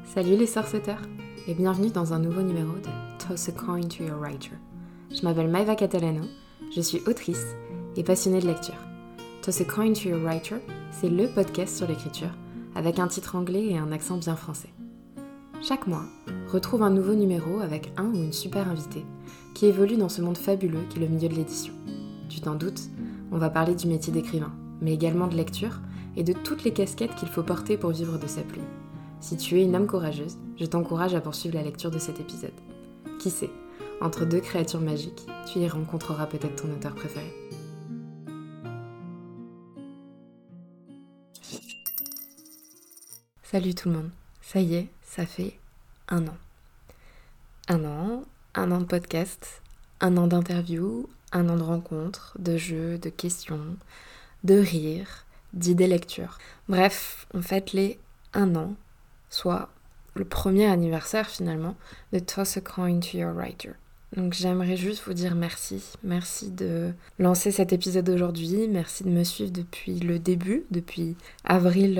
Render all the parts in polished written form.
Salut les sorceteurs et bienvenue dans un nouveau numéro de Toss a Coin to Your Writer. Je m'appelle Maeva Catalano, je suis autrice et passionnée de lecture. Toss a Coin to Your Writer, c'est le podcast sur l'écriture avec un titre anglais et un accent bien français. Chaque mois, retrouve un nouveau numéro avec un ou une super invitée qui évolue dans ce monde fabuleux qu'est le milieu de l'édition. Tu t'en doutes, on va parler du métier d'écrivain, mais également de lecture et de toutes les casquettes qu'il faut porter pour vivre de sa plume. Si tu es une âme courageuse, je t'encourage à poursuivre la lecture de cet épisode. Qui sait, entre deux créatures magiques, tu y rencontreras peut-être ton auteur préféré. Salut tout le monde, ça y est, ça fait un an. Un an de podcast, un an d'interviews, un an de rencontres, de jeux, de questions, de rires, d'idées lecture. Bref, on fête les un an, soit le premier anniversaire finalement de Toss a Coin to Your Writer. Donc j'aimerais juste vous dire merci de lancer cet épisode aujourd'hui, merci de me suivre depuis le début, depuis avril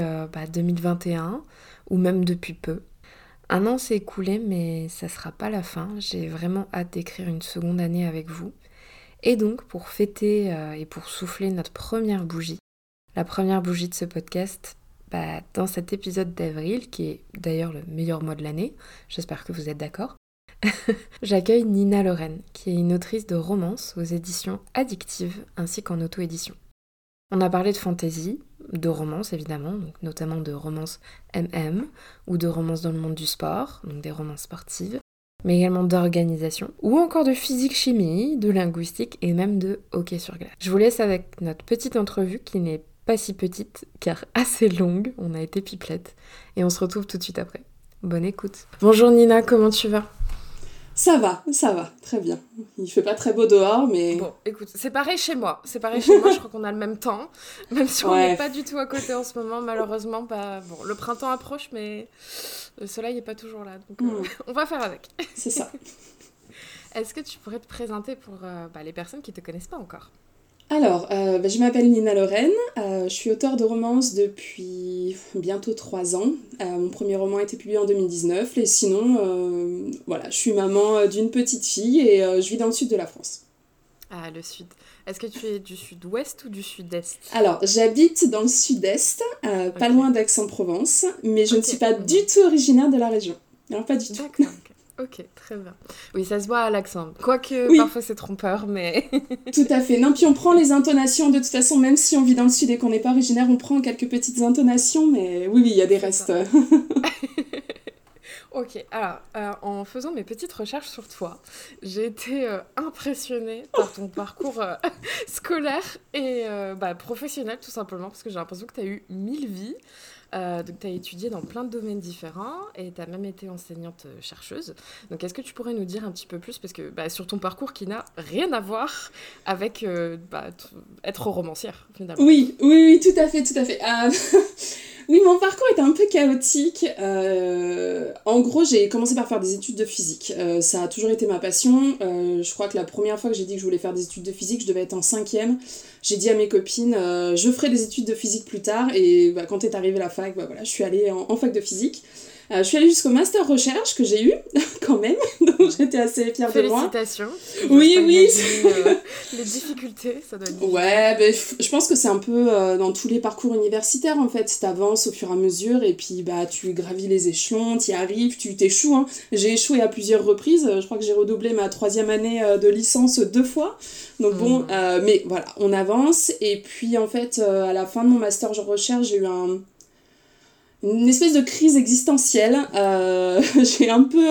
2021 ou même depuis peu. Un an s'est écoulé mais ça sera pas la fin, j'ai vraiment hâte d'écrire une seconde année avec vous. Et donc pour fêter et pour souffler notre première bougie, la première bougie de ce podcast, dans cet épisode d'avril, qui est d'ailleurs le meilleur mois de l'année, j'espère que vous êtes d'accord, j'accueille Nina Lorraine, qui est une autrice de romance aux éditions Addictive, ainsi qu'en auto-édition. On a parlé de fantasy, de romance évidemment, donc notamment de romance MM, ou de romance dans le monde du sport, donc des romances sportives, mais également d'organisation, ou encore de physique-chimie, de linguistique, et même de hockey sur glace. Je vous laisse avec notre petite entrevue qui n'est pas si petite, car assez longue, on a été pipelette, et on se retrouve tout de suite après. Bonne écoute. Bonjour Nina, comment tu vas ? Ça va, très bien. Il fait pas très beau dehors, mais... Bon, écoute, c'est pareil chez moi, je crois qu'on a le même temps, même si on n'est pas du tout à côté en ce moment, malheureusement, le printemps approche, mais le soleil n'est pas toujours là, donc on va faire avec. C'est ça. Est-ce que tu pourrais te présenter pour les personnes qui ne te connaissent pas encore ? Alors, je m'appelle Nina Lorraine, je suis auteure de romance depuis bientôt 3 ans. Mon premier roman a été publié en 2019, et sinon, je suis maman d'une petite fille et je vis dans le sud de la France. Ah, le sud. Est-ce que tu es du sud-ouest ou du sud-est ? Alors, j'habite dans le sud-est, pas loin d'Aix-en-Provence, mais je ne suis pas du tout originaire de la région. Alors, pas du tout. D'accord. Ok, très bien. Oui, ça se voit à l'accent. Quoique, parfois c'est trompeur, mais... Tout à fait. Non, puis on prend les intonations, de toute façon, même si on vit dans le sud et qu'on n'est pas originaire, on prend quelques petites intonations, mais oui, il y a des restes. Ok, alors, en faisant mes petites recherches sur toi, j'ai été impressionnée par ton parcours scolaire et professionnel, tout simplement, parce que j'ai l'impression que tu as eu 1000 vies. Donc tu as étudié dans plein de domaines différents et tu as même été enseignante-chercheuse. Donc est-ce que tu pourrais nous dire un petit peu plus, parce que sur ton parcours qui n'a rien à voir avec être romancière, finalement. Oui, tout à fait. Oui, mon parcours était un peu chaotique. En gros, j'ai commencé par faire des études de physique. Ça a toujours été ma passion. Je crois que la première fois que j'ai dit que je voulais faire des études de physique, je devais être en 5e. J'ai dit à mes copines, je ferai des études de physique plus tard. Et quand est arrivée la fac, je suis allée en fac de physique. Je suis allée jusqu'au master recherche que j'ai eu, quand même, donc j'étais assez fière de moi. Félicitations. Oui. Les difficultés, ça doit être difficile. Ouais, je pense que c'est un peu dans tous les parcours universitaires, en fait. T'avances au fur et à mesure, et puis tu gravis les échelons, t'y arrives, tu t'échoues. Hein. J'ai échoué à plusieurs reprises, je crois que j'ai redoublé ma 3e année de licence 2 fois. Donc mais voilà, on avance. Et puis, en fait, à la fin de mon master recherche, j'ai eu une espèce de crise existentielle. J'ai un peu...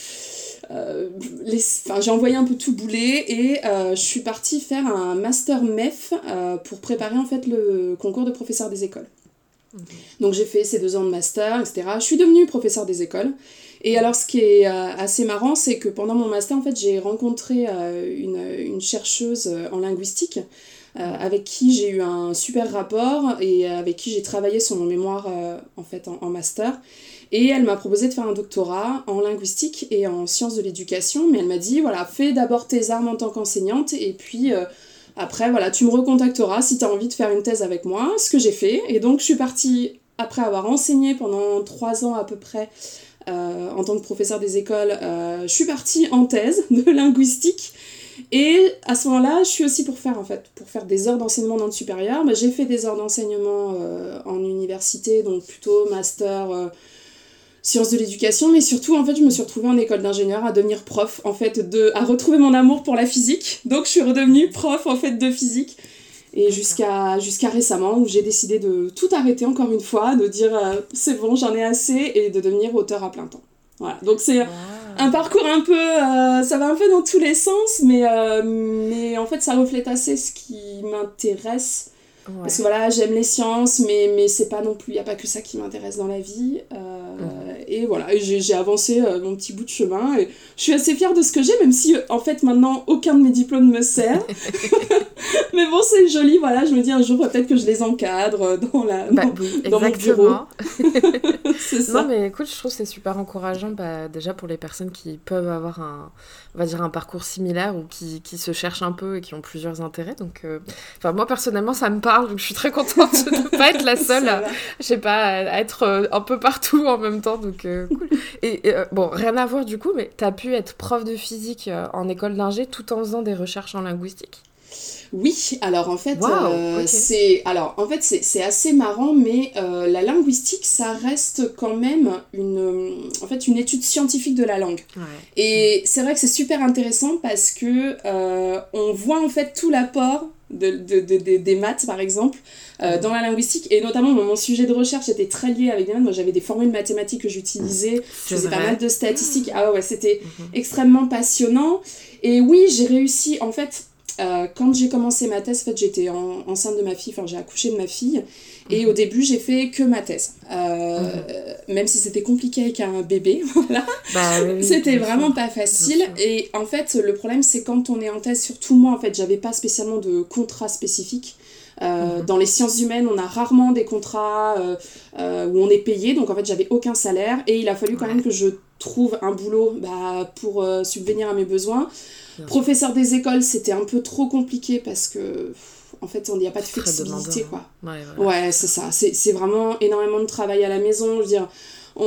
j'ai envoyé un peu tout bouler et je suis partie faire un master MEF pour préparer en fait le concours de professeur des écoles. Donc j'ai fait ces 2 ans de master, etc. Je suis devenue professeur des écoles. Et alors ce qui est assez marrant, c'est que pendant mon master, en fait, j'ai rencontré une chercheuse en linguistique avec qui j'ai eu un super rapport et avec qui j'ai travaillé sur mon mémoire en master. Et elle m'a proposé de faire un doctorat en linguistique et en sciences de l'éducation, mais elle m'a dit, fais d'abord tes armes en tant qu'enseignante, et puis après, tu me recontacteras si tu as envie de faire une thèse avec moi, ce que j'ai fait. Et donc, je suis partie, après avoir enseigné pendant 3 ans à peu près en tant que professeur des écoles, je suis partie en thèse de linguistique. Et à ce moment-là, je suis aussi pour faire des heures d'enseignement dans le supérieur. J'ai fait des heures d'enseignement en université, donc plutôt master sciences de l'éducation, mais surtout, en fait, je me suis retrouvée en école d'ingénieur à devenir prof, en fait, à retrouver mon amour pour la physique. Donc, je suis redevenue prof, en fait, de physique. Et jusqu'à récemment, où j'ai décidé de tout arrêter encore une fois, de dire c'est bon, j'en ai assez, et de devenir auteur à plein temps. Voilà, donc c'est un parcours un peu... ça va un peu dans tous les sens, mais en fait, ça reflète assez ce qui m'intéresse. Ouais. Parce que voilà, j'aime les sciences, mais c'est pas non plus, il n'y a pas que ça qui m'intéresse dans la vie. Et voilà, j'ai avancé mon petit bout de chemin. Et je suis assez fière de ce que j'ai, même si en fait maintenant aucun de mes diplômes me sert. Mais bon, c'est joli, voilà, je me dis un jour peut-être que je les encadre dans mon bureau. C'est ça. Non, mais écoute, je trouve que c'est super encourageant, déjà pour les personnes qui peuvent avoir un parcours similaire ou qui se cherchent un peu et qui ont plusieurs intérêts. Donc, moi personnellement, ça me parle, donc je suis très contente de ne pas être la seule à être un peu partout en même temps. Donc, cool. Et bon, rien à voir du coup, mais tu as pu être prof de physique en école d'ingé tout en faisant des recherches en linguistique? Oui, alors en fait, c'est assez marrant, mais la linguistique, ça reste quand même une étude scientifique de la langue. Ouais. Et c'est vrai que c'est super intéressant parce que on voit en fait tout l'apport des maths, par exemple, dans la linguistique, et notamment mon sujet de recherche était très lié avec des maths. Moi, j'avais des formules mathématiques que j'utilisais, je faisais pas mal de statistiques. C'était extrêmement passionnant. Et oui, j'ai réussi, en fait... quand j'ai commencé ma thèse, en fait, j'étais enceinte de ma fille, j'ai accouché de ma fille, et au début j'ai fait que ma thèse, même si c'était compliqué avec un bébé, voilà. C'était vraiment pas facile. Et en fait le problème c'est quand on est en thèse, surtout moi en fait j'avais pas spécialement de contrat spécifique. Dans les sciences humaines, on a rarement des contrats où on est payé, donc en fait j'avais aucun salaire, et il a fallu quand même que je trouve un boulot pour subvenir à mes besoins. Professeur des écoles, c'était un peu trop compliqué parce que en fait il n'y a pas de flexibilité, quoi. Ouais, c'est ça, c'est vraiment énormément de travail à la maison. Je veux dire,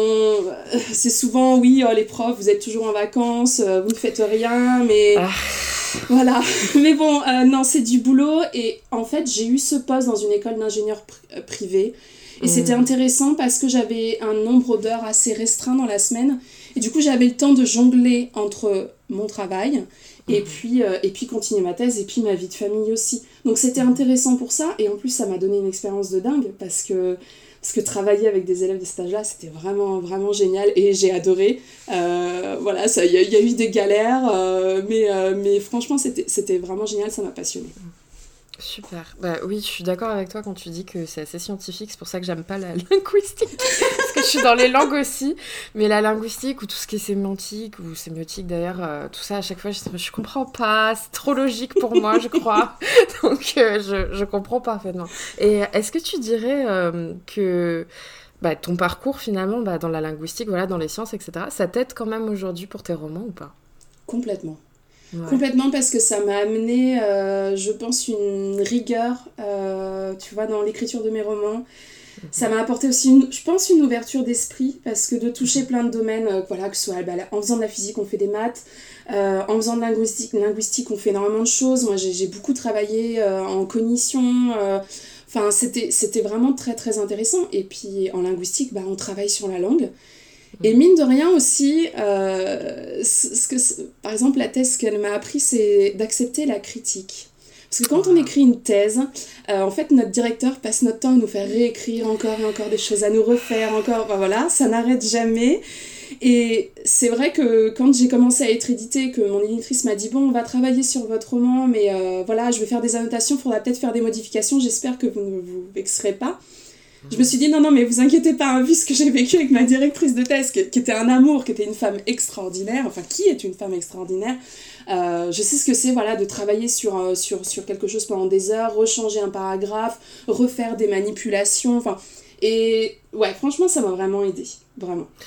c'est souvent les profs, vous êtes toujours en vacances, vous ne faites rien, mais voilà. Mais bon, non, c'est du boulot. Et en fait j'ai eu ce poste dans une école d'ingénieurs privée, et c'était intéressant parce que j'avais un nombre d'heures assez restreint dans la semaine, et du coup j'avais le temps de jongler entre mon travail et puis continuer ma thèse, et puis ma vie de famille aussi. Donc c'était intéressant pour ça, et en plus ça m'a donné une expérience de dingue, parce que travailler avec des élèves de cet âge-là, c'était vraiment, vraiment génial, et j'ai adoré. Voilà, il y a eu des galères, mais franchement c'était vraiment génial, ça m'a passionnée. Super. Oui, je suis d'accord avec toi quand tu dis que c'est assez scientifique, c'est pour ça que j'aime pas la linguistique, parce que je suis dans les langues aussi, mais la linguistique ou tout ce qui est sémantique, ou sémiotique d'ailleurs, tout ça à chaque fois je comprends pas, c'est trop logique pour moi, je crois. Donc je comprends parfaitement. Et est-ce que tu dirais que ton parcours finalement dans la linguistique, voilà, dans les sciences, etc., ça t'aide quand même aujourd'hui pour tes romans ou pas? Complètement. Ouais. Complètement, parce que ça m'a amené, je pense, une rigueur, tu vois, dans l'écriture de mes romans. Ça m'a apporté aussi, je pense, une ouverture d'esprit, parce que de toucher plein de domaines, que ce soit en faisant de la physique, on fait des maths, en faisant de linguistique, on fait énormément de choses. Moi, j'ai beaucoup travaillé en cognition, c'était vraiment très, très intéressant. Et puis, en linguistique, on travaille sur la langue. Et mine de rien aussi, par exemple, la thèse qu'elle m'a appris, c'est d'accepter la critique. Parce que quand on écrit une thèse, en fait, notre directeur passe notre temps à nous faire réécrire encore et encore des choses, à nous refaire encore, voilà, ça n'arrête jamais. Et c'est vrai que quand j'ai commencé à être éditée, que mon éditrice m'a dit « Bon, on va travailler sur votre roman, mais voilà, je vais faire des annotations, il faudra peut-être faire des modifications, j'espère que vous ne vous vexerez pas. » Je me suis dit non, mais vous inquiétez pas, hein, vu ce que j'ai vécu avec ma directrice de thèse, qui était un amour, qui était une femme extraordinaire, qui est une femme extraordinaire, je sais ce que c'est, voilà, de travailler sur quelque chose pendant des heures, rechanger un paragraphe, refaire des manipulations, et ouais, franchement, ça m'a vraiment aidée, vraiment.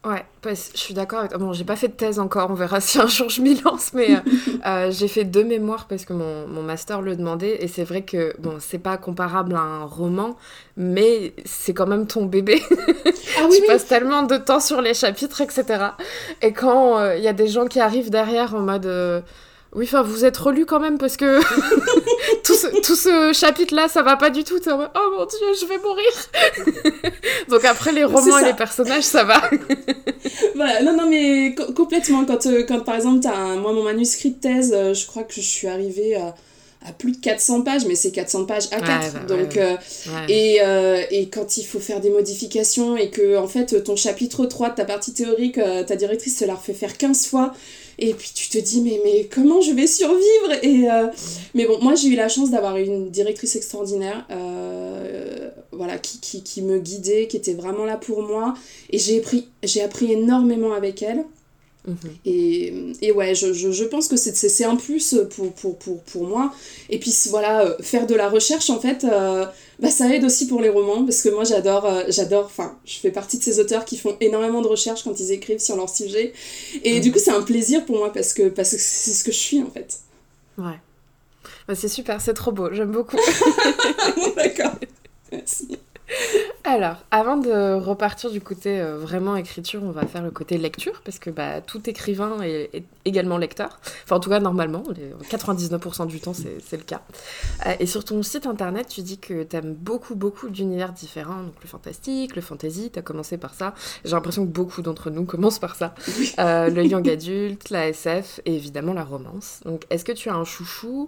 Ouais, je suis d'accord avec toi. Bon, j'ai pas fait de thèse encore, on verra si un jour je m'y lance, mais j'ai fait 2 mémoires parce que mon master le demandait, et c'est vrai que, bon, c'est pas comparable à un roman, mais c'est quand même ton bébé. Ah oui, Tu oui. passes tellement de temps sur les chapitres, etc. Et quand il y a des gens qui arrivent derrière en mode... oui, enfin, vous êtes relus quand même parce que tout ce chapitre-là, ça va pas du tout. T'es en mode, oh mon Dieu, je vais mourir. Donc après, les C'est romans et les ça. personnages, ça va. Voilà, non, non, mais complètement. Quand par exemple, moi, mon manuscrit de thèse, je crois que je suis arrivée à plus de 400 pages, mais c'est 400 pages à 4. Ouais, bah Donc, ouais. Ouais. et quand il faut faire des modifications et que, en fait, ton chapitre 3 de ta partie théorique, ta directrice te la refait faire 15 fois, et puis tu te dis, mais comment je vais survivre? Mais bon, moi, j'ai eu la chance d'avoir une directrice extraordinaire, voilà, qui me guidait, qui était vraiment là pour moi, et j'ai appris énormément avec elle. Mhm. Et ouais, je pense que c'est un plus pour moi. Et puis voilà, faire de la recherche, en fait, bah, ça aide aussi pour les romans, parce que moi enfin, je fais partie de ces auteurs qui font énormément de recherche quand ils écrivent sur leur sujet. Et du coup, c'est un plaisir pour moi, parce que c'est ce que je suis, en fait. Ouais. Bah, c'est super, c'est trop beau, j'aime beaucoup. D'accord, merci. Alors, avant de repartir du côté vraiment écriture, on va faire le côté lecture, parce que bah, tout écrivain est également lecteur. Enfin, en tout cas, normalement, 99% du temps, c'est le cas. Et sur ton site internet, tu dis que tu aimes beaucoup, beaucoup d'univers différents, donc le fantastique, le fantasy, tu as commencé par ça. J'ai l'impression que beaucoup d'entre nous commencent par ça. Le young adulte, la SF et évidemment la romance. Donc, est-ce que tu as un chouchou,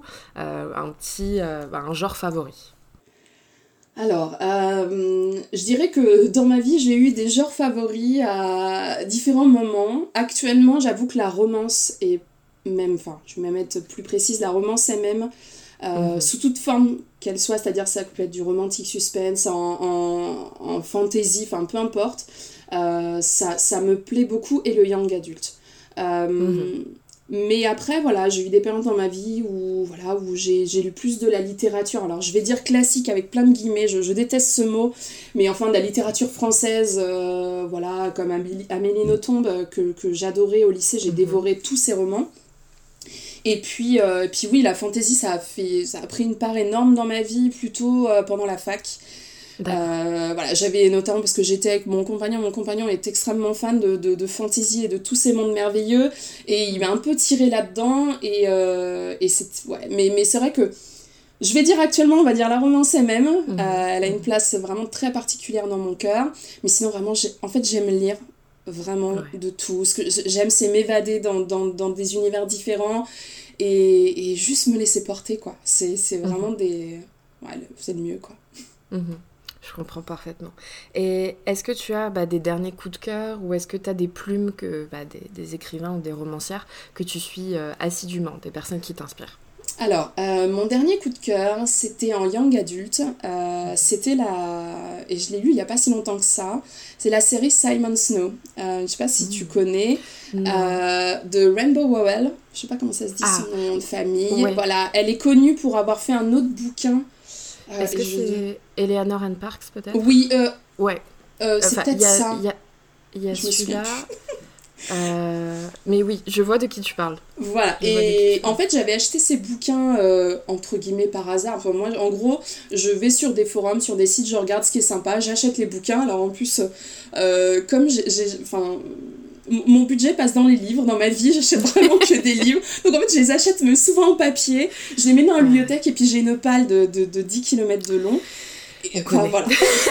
un genre favori? Alors, je dirais que dans ma vie, j'ai eu des genres favoris à différents moments. Actuellement, j'avoue que la romance est même, enfin, je vais même être plus précise, la romance est même, Mhm. sous toute forme qu'elle soit, c'est-à-dire ça peut être du romantique suspense, en fantasy, enfin peu importe, ça me plaît beaucoup, et le young adulte. Mhm. Mais après, voilà, j'ai eu des périodes dans ma vie où j'ai lu plus de la littérature. Alors, je vais dire classique avec plein de guillemets, je déteste ce mot, mais enfin, de la littérature française, voilà, comme Amélie Nothomb, que j'adorais au lycée, j'ai Mhm. dévoré tous ses romans. Et puis oui, la fantaisie, ça a pris une part énorme dans ma vie, plutôt pendant la fac. D'accord. Voilà, j'avais notamment, parce que j'étais avec mon compagnon est extrêmement fan de fantasy et de tous ces mondes merveilleux, et il m'a un peu tiré là-dedans, et c'est, ouais, mais c'est vrai que, je vais dire actuellement, on va dire la romance elle-même, Mhm. elle a une Mhm. place vraiment très particulière dans mon cœur, mais sinon vraiment, en fait j'aime lire vraiment Ouais. de tout, ce que j'aime c'est m'évader dans des univers différents, et juste me laisser porter, quoi, c'est vraiment Mhm. des... Ouais, c'est le mieux, quoi. Mhm. Je comprends parfaitement. Et est-ce que tu as des derniers coups de cœur, ou est-ce que tu as des plumes, des écrivains ou des romancières que tu suis assidûment, des personnes qui t'inspirent? Alors, mon dernier coup de cœur, c'était en young adulte. C'était et je l'ai lu il n'y a pas si longtemps que ça. C'est la série Simon Snow. Je ne sais pas si tu Mhm. connais. Non. De Rainbow Rowell. Je ne sais pas comment ça se dit, son Ah, nom de famille. ouais. Voilà, elle est connue pour avoir fait un autre bouquin. Est-ce Et que c'est Eleanor and Parks, peut-être? Oui, Ouais. c'est Enfin, peut-être ça. il y a Je me souviens plus. celui-là. Mais oui, je vois de qui tu parles. Voilà, Je vois de qui tu et en parles. fait j'avais acheté ces bouquins entre guillemets par hasard. Enfin, moi en gros, je vais sur des forums, sur des sites, je regarde ce qui est sympa, j'achète les bouquins. Alors en plus, comme enfin, mon budget passe dans les livres, dans ma vie, j'achète vraiment que des livres. Donc en fait je les achète mais souvent en papier, je les mets dans la Ouais, bibliothèque, et puis j'ai une palle de 10 kilomètres de long. on Enfin connaît. voilà,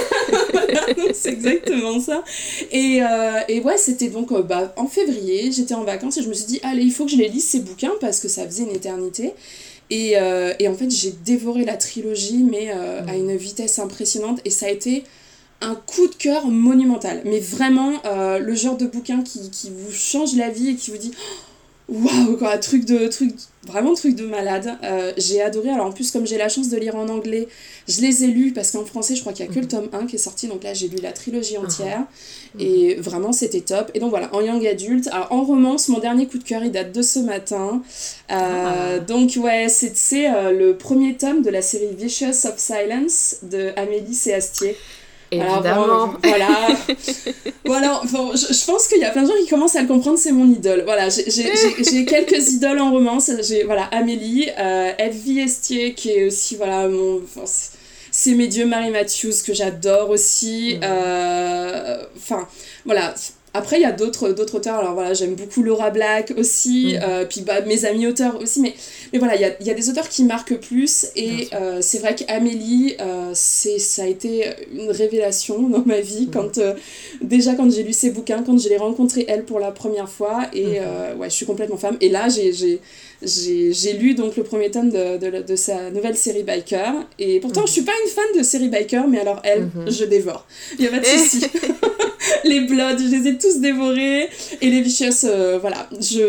c'est exactement ça. Et ouais, c'était donc en février, j'étais en vacances, et je me suis dit, allez, il faut que je les lise ces bouquins, parce que ça faisait une éternité. Et en fait, j'ai dévoré la trilogie, mais à Mhm. une vitesse impressionnante, et ça a été un coup de cœur monumental. Mais vraiment, le genre de bouquin qui vous change la vie et qui vous dit, waouh, quoi, vraiment truc de malade. J'ai adoré. Alors en plus, comme j'ai la chance de lire en anglais, je les ai lus, parce qu'en français, je crois qu'il y a que le Mhm. tome 1 qui est sorti, donc là j'ai lu la trilogie Mhm. entière, Mhm. et vraiment c'était top. Et donc voilà, en young adulte. Alors en romance, mon dernier coup de cœur, il date de ce matin. Ah. Donc ouais, c'est le premier tome de la série Vicious of Silence de Amélie C. Astier. Évidemment. Voilà. Voilà. Bon, je pense qu'il y a plein de gens qui commencent à le comprendre, c'est mon idole. Voilà, j'ai quelques idoles en romance. J'ai voilà, Amélie, Evie Estier, qui est aussi, voilà, c'est mes dieux, Mary Matthews, que j'adore aussi. Enfin, voilà. Après, il y a d'autres auteurs. Alors voilà, j'aime beaucoup Laura Black aussi, puis mes amis auteurs aussi. Mais voilà, il y a des auteurs qui marquent plus. Et c'est vrai qu'Amélie, ça a été une révélation dans ma vie. Déjà, quand j'ai lu ses bouquins, quand je l'ai rencontrée, elle, pour la première fois. Et ouais, je suis complètement fan. Et là, j'ai lu donc le premier tome de sa nouvelle série Biker. Et pourtant, je suis pas une fan de série Biker, mais alors elle, je dévore. Il n'y a pas de souci. Les Bloods, je les ai tous dévorés. Et les Vicious, voilà.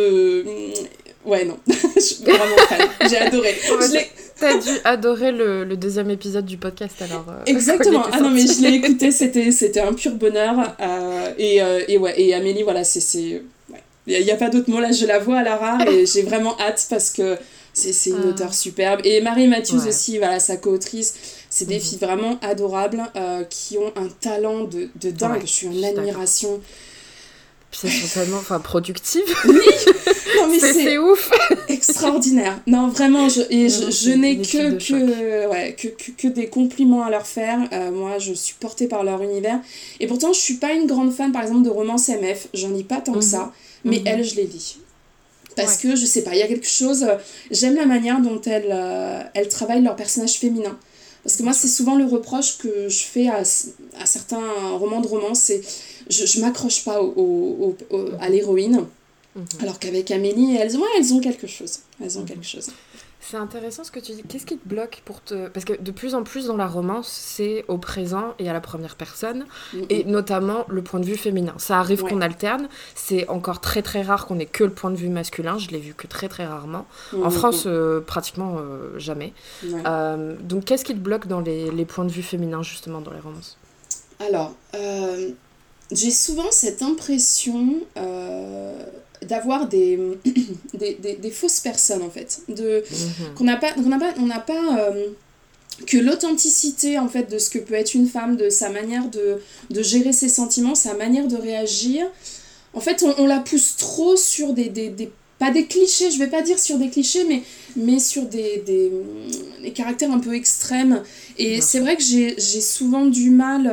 Ouais, non. Je suis vraiment fan. J'ai adoré. T'as dû adorer le deuxième épisode du podcast, alors. Exactement. Ah non, mais je l'ai écouté, c'était un pur bonheur. Et Amélie, voilà, c'est ouais. Il n'y a pas d'autre mot, là, je la vois à la rare et j'ai vraiment hâte parce que c'est une auteure superbe. Et Mary Matthews aussi, voilà, sa co-autrice. C'est des filles vraiment adorables qui ont un talent de dingue. Je suis en admiration. Puis elles sont tellement productives. Oui, non, mais c'est ouf. Extraordinaire. Non, vraiment, je n'ai que des compliments à leur faire. Moi, je suis portée par leur univers. Et pourtant, je suis pas une grande fan, par exemple, de romances MF. J'en lis pas tant que ça. Mais elles, je les lis. Parce que, je sais pas, il y a quelque chose... j'aime la manière dont elles travaillent leurs personnages féminins. Parce que moi, c'est souvent le reproche que je fais à certains romans de romance, c'est je m'accroche pas à l'héroïne, alors qu'avec Amélie, elles ont quelque chose. Elles ont quelque chose. C'est intéressant ce que tu dis. Qu'est-ce qui te bloque Parce que de plus en plus dans la romance, c'est au présent et à la première personne, et notamment le point de vue féminin. Ça arrive qu'on alterne, c'est encore très très rare qu'on ait que le point de vue masculin, je l'ai vu que très très rarement. En France, pratiquement jamais. Donc qu'est-ce qui te bloque dans les points de vue féminins, justement, dans les romances ? Alors, j'ai souvent cette impression... d'avoir des fausses personnes en fait, on n'a pas que l'authenticité en fait de ce que peut être une femme, de sa manière de gérer ses sentiments, sa manière de réagir, en fait on la pousse trop sur pas des clichés, je vais pas dire sur des clichés, mais sur des caractères un peu extrêmes. Et c'est vrai que j'ai souvent du mal,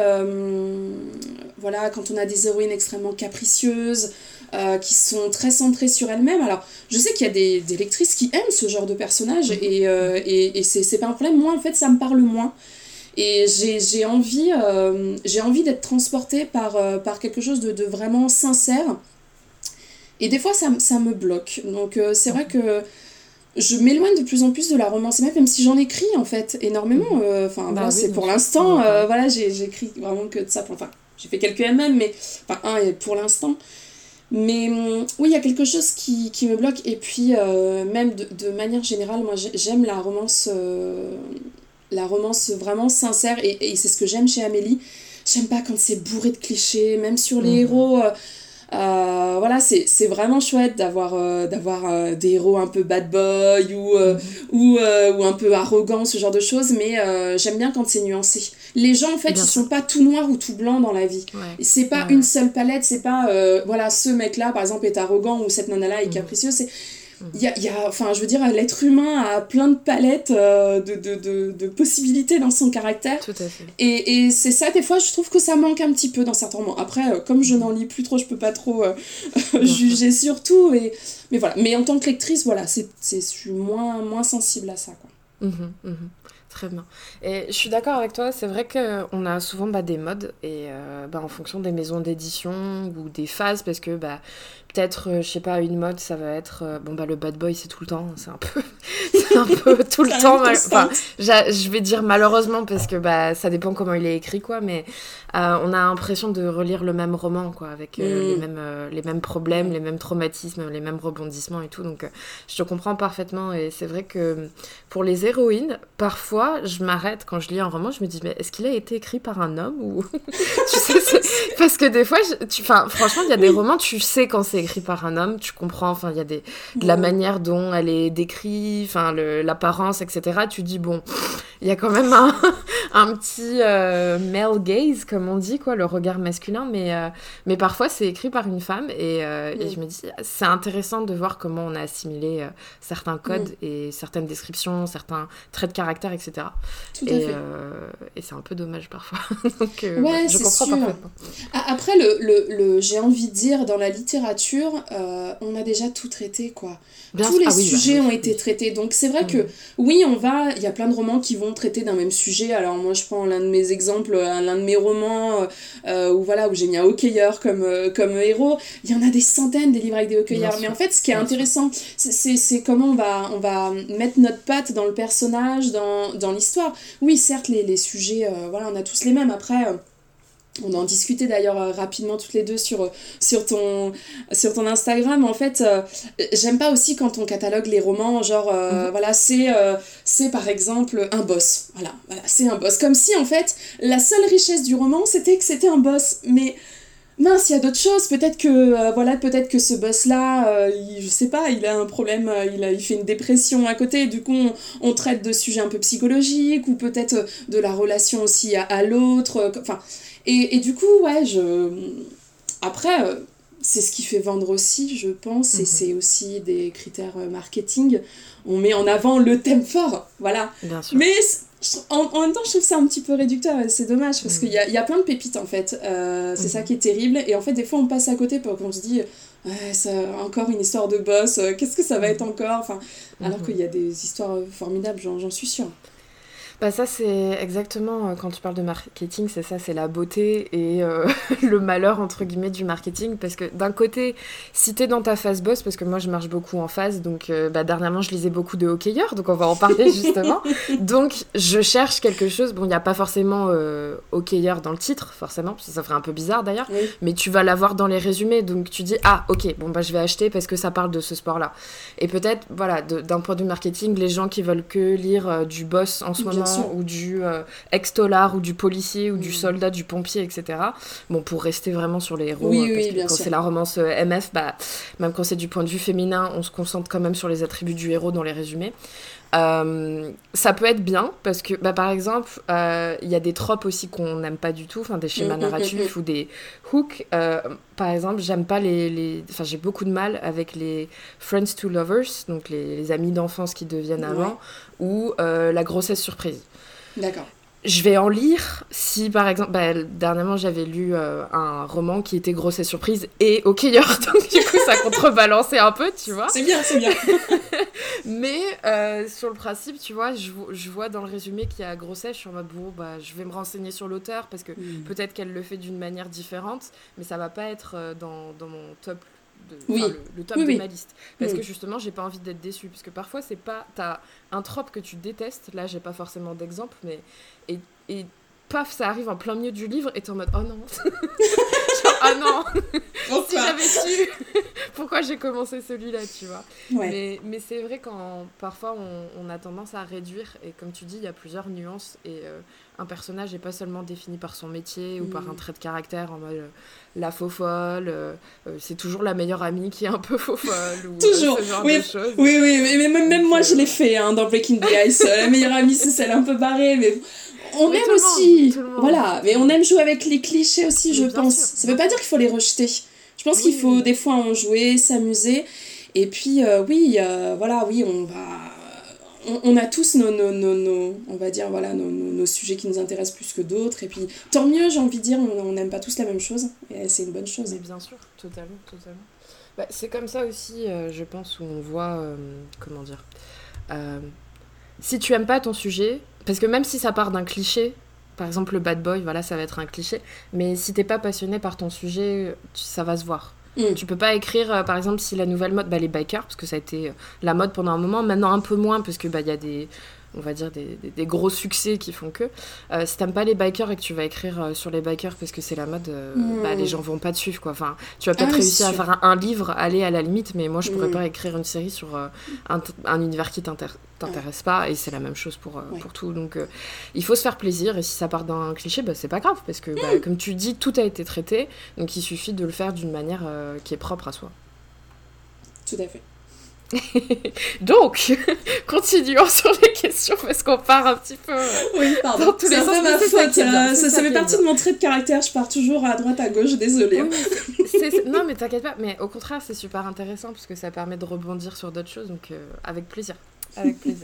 voilà, quand on a des héroïnes extrêmement capricieuses, qui sont très centrées sur elles-mêmes. Alors, je sais qu'il y a des lectrices qui aiment ce genre de personnage, et c'est pas un problème. Moi, en fait, ça me parle moins. Et j'ai envie d'être transportée par quelque chose de vraiment sincère. Et des fois, ça me bloque. Donc, c'est vrai que je m'éloigne de plus en plus de la romance, même si j'en écris, en fait, énormément. C'est pour l'instant, voilà, j'écris vraiment que de ça. J'ai fait quelques MM, mais... pour l'instant. Mais oui, il y a quelque chose qui me bloque. Et puis, même de manière générale, moi, j'aime la romance vraiment sincère. Et c'est ce que j'aime chez Amélie. J'aime pas quand c'est bourré de clichés, même sur les héros... voilà, c'est vraiment chouette d'avoir des héros un peu bad boy ou un peu arrogants, ce genre de choses, mais j'aime bien quand c'est nuancé. Les gens en fait ils sont pas tout noirs ou tout blancs dans la vie, c'est pas une seule palette, c'est pas voilà, ce mec là par exemple est arrogant ou cette nana là est capricieuse, c'est je veux dire, l'être humain a plein de palettes de possibilités dans son caractère. Tout à fait. Et c'est ça, des fois, je trouve que ça manque un petit peu dans certains romans. Après, comme je n'en lis plus trop, je peux pas trop juger sur tout. Mais voilà. Mais en tant que lectrice, voilà, je suis moins sensible à ça, quoi. Très bien. Et je suis d'accord avec toi, c'est vrai qu'on a souvent des modes, et en fonction des maisons d'édition ou des phases, parce que peut-être, je sais pas, une mode, ça va être... le bad boy, c'est tout le temps, c'est un peu tout le temps. Je vais dire malheureusement, parce que ça dépend comment il est écrit, quoi, mais on a l'impression de relire le même roman, quoi, avec les mêmes problèmes, les mêmes traumatismes, les mêmes rebondissements et tout, donc je te comprends parfaitement. Et c'est vrai que pour les héroïnes, parfois, je m'arrête quand je lis un roman, je me dis, mais est-ce qu'il a été écrit par un homme ou... Tu sais, parce que des fois, franchement, il y a des romans, tu sais quand c'est écrit par un homme, tu comprends, enfin, il y a de la manière dont elle est décrite, enfin, l'apparence, etc. Tu dis, bon, il y a quand même un petit male gaze, comme on dit, quoi, le regard masculin, mais parfois c'est écrit par une femme, et je me dis, c'est intéressant de voir comment on a assimilé certains codes et certaines descriptions, certains traits de caractère, etc. Tout à fait. Et c'est un peu dommage parfois. Donc, ouais, je c'est comprends sûr. parfaitement. Après, j'ai envie de dire, dans la littérature, on a déjà tout traité, quoi. Tous les sujets ont été traités. Donc c'est vrai que, oui, il y a plein de romans qui vont traiter d'un même sujet. Alors moi, je prends l'un de mes exemples, l'un de mes romans où j'ai mis un hockeyeur comme héros. Il y en a des centaines des livres avec des hockeyeurs. Mais en fait, ce qui est intéressant, c'est comment on va mettre notre patte dans le personnage, dans l'histoire. Oui, certes, les sujets, on a tous les mêmes. Après... on en discutait d'ailleurs rapidement toutes les deux sur ton Instagram. En fait, j'aime pas aussi quand on catalogue les romans, genre, c'est par exemple un boss. Voilà, c'est un boss. Comme si, en fait, la seule richesse du roman, c'était que c'était un boss. Mais mince, il y a d'autres choses. Peut-être que ce boss-là, je sais pas, il a un problème, il fait une dépression à côté. Du coup, on traite de sujets un peu psychologiques, ou peut-être de la relation aussi à l'autre. Enfin... Et du coup, après, c'est ce qui fait vendre aussi, je pense, et c'est aussi des critères marketing. On met en avant le thème fort, voilà. Bien sûr. Mais en même temps, je trouve ça un petit peu réducteur, et c'est dommage, parce qu'il y a plein de pépites, en fait. C'est ça qui est terrible, et en fait, des fois, on passe à côté, parce qu'on se dit... Ouais, c'est encore une histoire de boss, qu'est-ce que ça va être encore, enfin, alors qu'il y a des histoires formidables, j'en suis sûre. Bah ça, c'est exactement, quand tu parles de marketing, c'est ça, c'est la beauté et le malheur, entre guillemets, du marketing. Parce que d'un côté, si t'es dans ta phase boss, parce que moi, je marche beaucoup en phase, donc dernièrement, je lisais beaucoup de hockeyeurs, donc on va en parler justement. Donc, je cherche quelque chose, bon, il n'y a pas forcément hockeyeur dans le titre, forcément, parce que ça ferait un peu bizarre d'ailleurs, mais tu vas l'avoir dans les résumés, donc tu dis, ah, ok, bon, bah je vais acheter parce que ça parle de ce sport-là. Et peut-être, voilà, d'un point de vue marketing, les gens qui veulent que lire du boss en ce moment, ou du ex-tolard, ou du policier, ou du soldat, du pompier, etc. Bon, pour rester vraiment sur les héros, parce que quand c'est la romance MF, même quand c'est du point de vue féminin, on se concentre quand même sur les attributs du héros dans les résumés. Ça peut être bien, parce que, par exemple, il y a des tropes aussi qu'on n'aime pas du tout, des schémas narratifs ou des hooks. Par exemple, j'aime pas j'ai beaucoup de mal avec les friends to lovers, donc les amis d'enfance qui deviennent amants, ou la grossesse surprise. D'accord. Je vais en lire si, par exemple, dernièrement, j'avais lu un roman qui était grossesse surprise et hockeyeur, donc du coup, ça contrebalançait un peu, tu vois. C'est bien. Mais sur le principe, tu vois, je vois dans le résumé qu'il y a grossesse, je suis en mode, je vais me renseigner sur l'auteur, parce que peut-être qu'elle le fait d'une manière différente, mais ça va pas être dans mon top. Le top de ma liste, parce que justement j'ai pas envie d'être déçue, parce que parfois c'est pas, t'as un trope que tu détestes, là j'ai pas forcément d'exemple, mais et paf, ça arrive en plein milieu du livre et t'es en mode oh non ah non si j'avais su pourquoi j'ai commencé celui-là, tu vois. Mais c'est vrai, quand parfois on a tendance à réduire, et comme tu dis, il y a plusieurs nuances, et un personnage n'est pas seulement défini par son métier ou par un trait de caractère, en mode la faux folle, c'est toujours la meilleure amie qui est un peu faux folle, ou toujours. Ce genre de choses. Oui, mais même moi je l'ai fait dans Breaking the Ice. La meilleure amie, c'est celle un peu barrée, mais on aime aussi, voilà, mais on aime jouer avec les clichés aussi, je pense. Ça veut pas dire qu'il faut les rejeter. Je pense qu'il faut des fois en jouer, s'amuser, et puis on a tous on va dire, nos sujets qui nous intéressent plus que d'autres, et puis tant mieux, j'ai envie de dire, on n'aime pas tous la même chose, et c'est une bonne chose. Mais bien sûr, totalement. C'est comme ça aussi, je pense, où on voit, comment dire, si tu aimes pas ton sujet, parce que même si ça part d'un cliché, par exemple le bad boy, voilà, ça va être un cliché, mais si t'es pas passionné par ton sujet, ça va se voir. Tu peux pas écrire, par exemple, si la nouvelle mode, les bikers, parce que ça a été la mode pendant un moment, maintenant un peu moins, parce que y a des, on va dire, des gros succès qui font que si t'aimes pas les bikers et que tu vas écrire sur les bikers parce que c'est la mode, les gens vont pas te suivre, quoi. Enfin, tu vas peut-être réussir à faire un livre, aller à la limite, mais moi je pourrais pas écrire une série sur un univers qui t'intéresse pas, et c'est la même chose pour tout. Donc il faut se faire plaisir, et si ça part d'un cliché, c'est pas grave, parce que comme tu dis, tout a été traité, donc il suffit de le faire d'une manière qui est propre à soi. tout à fait. Donc, continuons sur les questions parce qu'on part un petit peu oui, pardon. dans tous les sens. C'est un peu ma faute. Ça fait partie de mon trait de caractère. Je pars toujours à droite, à gauche. Désolée. Oui, non, mais t'inquiète pas. Mais au contraire, c'est super intéressant parce que ça permet de rebondir sur d'autres choses. Donc, avec plaisir. Avec plaisir.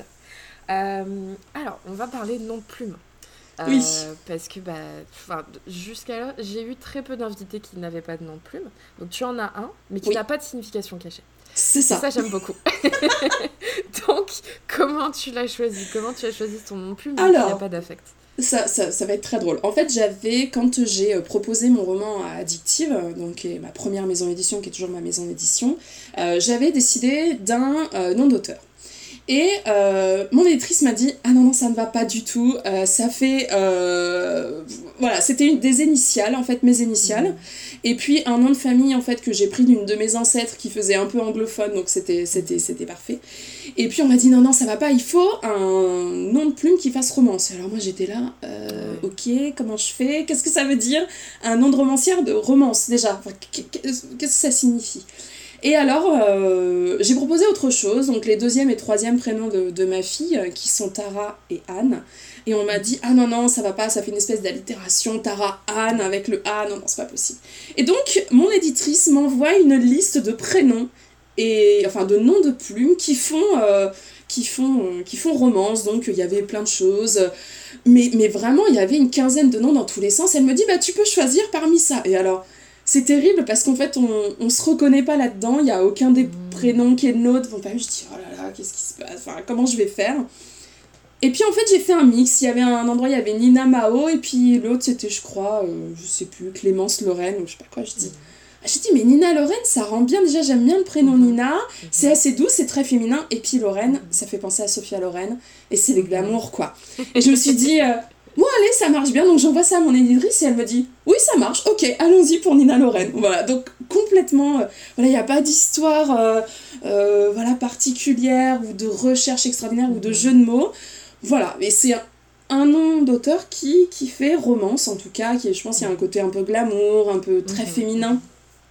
Alors, on va parler nom de plume. Oui. Parce que jusqu'à là, j'ai eu très peu d'invités qui n'avaient pas de nom de plume. Donc, tu en as un, mais qui n'a pas de signification cachée. C'est ça. Et ça, j'aime beaucoup. Donc, comment tu l'as choisi ? Comment tu as choisi ton nom de plume alors, il n'y a pas d'affect ? Ça va être très drôle. En fait, quand j'ai proposé mon roman à Addictive, donc qui est ma première maison d'édition, qui est toujours ma maison d'édition, j'avais décidé d'un nom d'auteur. Et mon éditrice m'a dit « Ah non, ça ne va pas du tout, ça fait... Voilà, c'était des initiales, en fait, mes initiales. Et puis un nom de famille, en fait, que j'ai pris d'une de mes ancêtres qui faisait un peu anglophone, donc c'était parfait. Et puis on m'a dit « Non, ça va pas, il faut un nom de plume qui fasse romance. » Alors moi, j'étais là, ok, comment je fais ? Qu'est-ce que ça veut dire ? Un nom de romancière de romance, déjà. Enfin, qu'est-ce que ça signifie ? Et alors, j'ai proposé autre chose, donc les deuxième et troisième prénoms de ma fille, qui sont Tara et Anne. Et on m'a dit, ah non, ça va pas, ça fait une espèce d'allitération, Tara, Anne, avec le A, non, c'est pas possible. Et donc, mon éditrice m'envoie une liste de prénoms, de noms de plumes qui font romance, donc il y avait plein de choses. Mais vraiment, il y avait une quinzaine de noms dans tous les sens. Elle me dit, tu peux choisir parmi ça. Et alors... C'est terrible parce qu'en fait, on se reconnaît pas là-dedans, il n'y a aucun des prénoms qui est le nôtre. Enfin, je dis, oh là là, qu'est-ce qui se passe ? Enfin, comment je vais faire ? Et puis en fait, j'ai fait un mix. Il y avait un endroit, il y avait Nina Mao, et puis l'autre, c'était, je crois, je sais plus, Clémence Lorraine, ou je sais pas quoi, je dis. J'ai dit, mais Nina Lorraine, ça rend bien. Déjà, j'aime bien le prénom Nina, c'est assez doux, c'est très féminin. Et puis Lorraine, ça fait penser à Sophia Loren, et c'est les glamours, quoi. Et je me suis dit... Bon, allez, ça marche bien, donc j'envoie ça à mon éditrice et elle me dit « Oui, ça marche, ok, allons-y pour Nina Lorraine. » Voilà, donc complètement, il n'y a pas d'histoire particulière ou de recherche extraordinaire ou de jeu de mots. Voilà, et c'est un nom d'auteur qui fait romance, en tout cas, je pense qu'il y a un côté un peu glamour, un peu très féminin.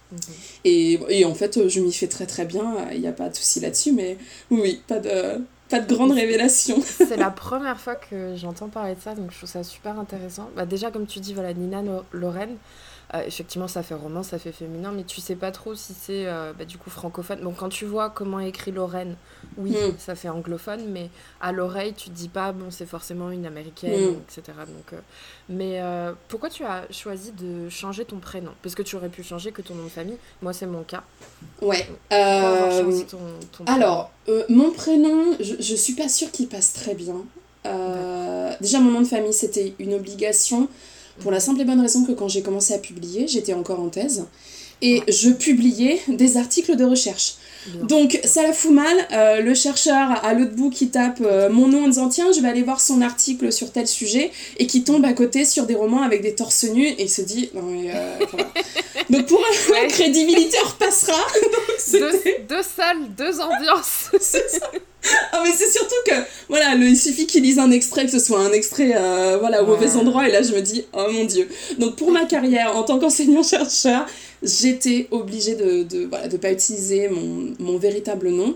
Et en fait, je m'y fais très très bien, il n'y a pas de souci là-dessus, mais oui, pas de grande révélation. C'est la première fois que j'entends parler de ça, donc je trouve ça super intéressant. Déjà, comme tu dis, voilà, Nina Lorraine, effectivement, ça fait romance, ça fait féminin, mais tu sais pas trop si c'est du coup francophone. Donc quand tu vois comment est écrit Lorraine, oui, ça fait anglophone, mais à l'oreille, tu te dis pas, bon, c'est forcément une américaine, etc. Donc, mais pourquoi tu as choisi de changer ton prénom ? Parce que tu aurais pu changer que ton nom de famille. Moi, c'est mon cas. Ouais. Avoir choisi ton prénom. Alors, mon prénom, je suis pas sûre qu'il passe très bien. Déjà, mon nom de famille, c'était une obligation pour la simple et bonne raison que quand j'ai commencé à publier, j'étais encore en thèse et je publiais des articles de recherche. Donc ça la fout mal, le chercheur à l'autre bout qui tape mon nom en disant tiens je vais aller voir son article sur tel sujet et qui tombe à côté sur des romans avec des torse nus et il se dit non mais voilà. Donc pour la crédibilité on repassera. Deux salles, deux ambiances. C'est ça. Ah mais c'est surtout que voilà il suffit qu'il lise un extrait, que ce soit un extrait au mauvais endroit et là je me dis oh mon dieu. Donc pour ma carrière en tant qu'enseignant chercheur j'étais obligée de pas utiliser mon véritable nom.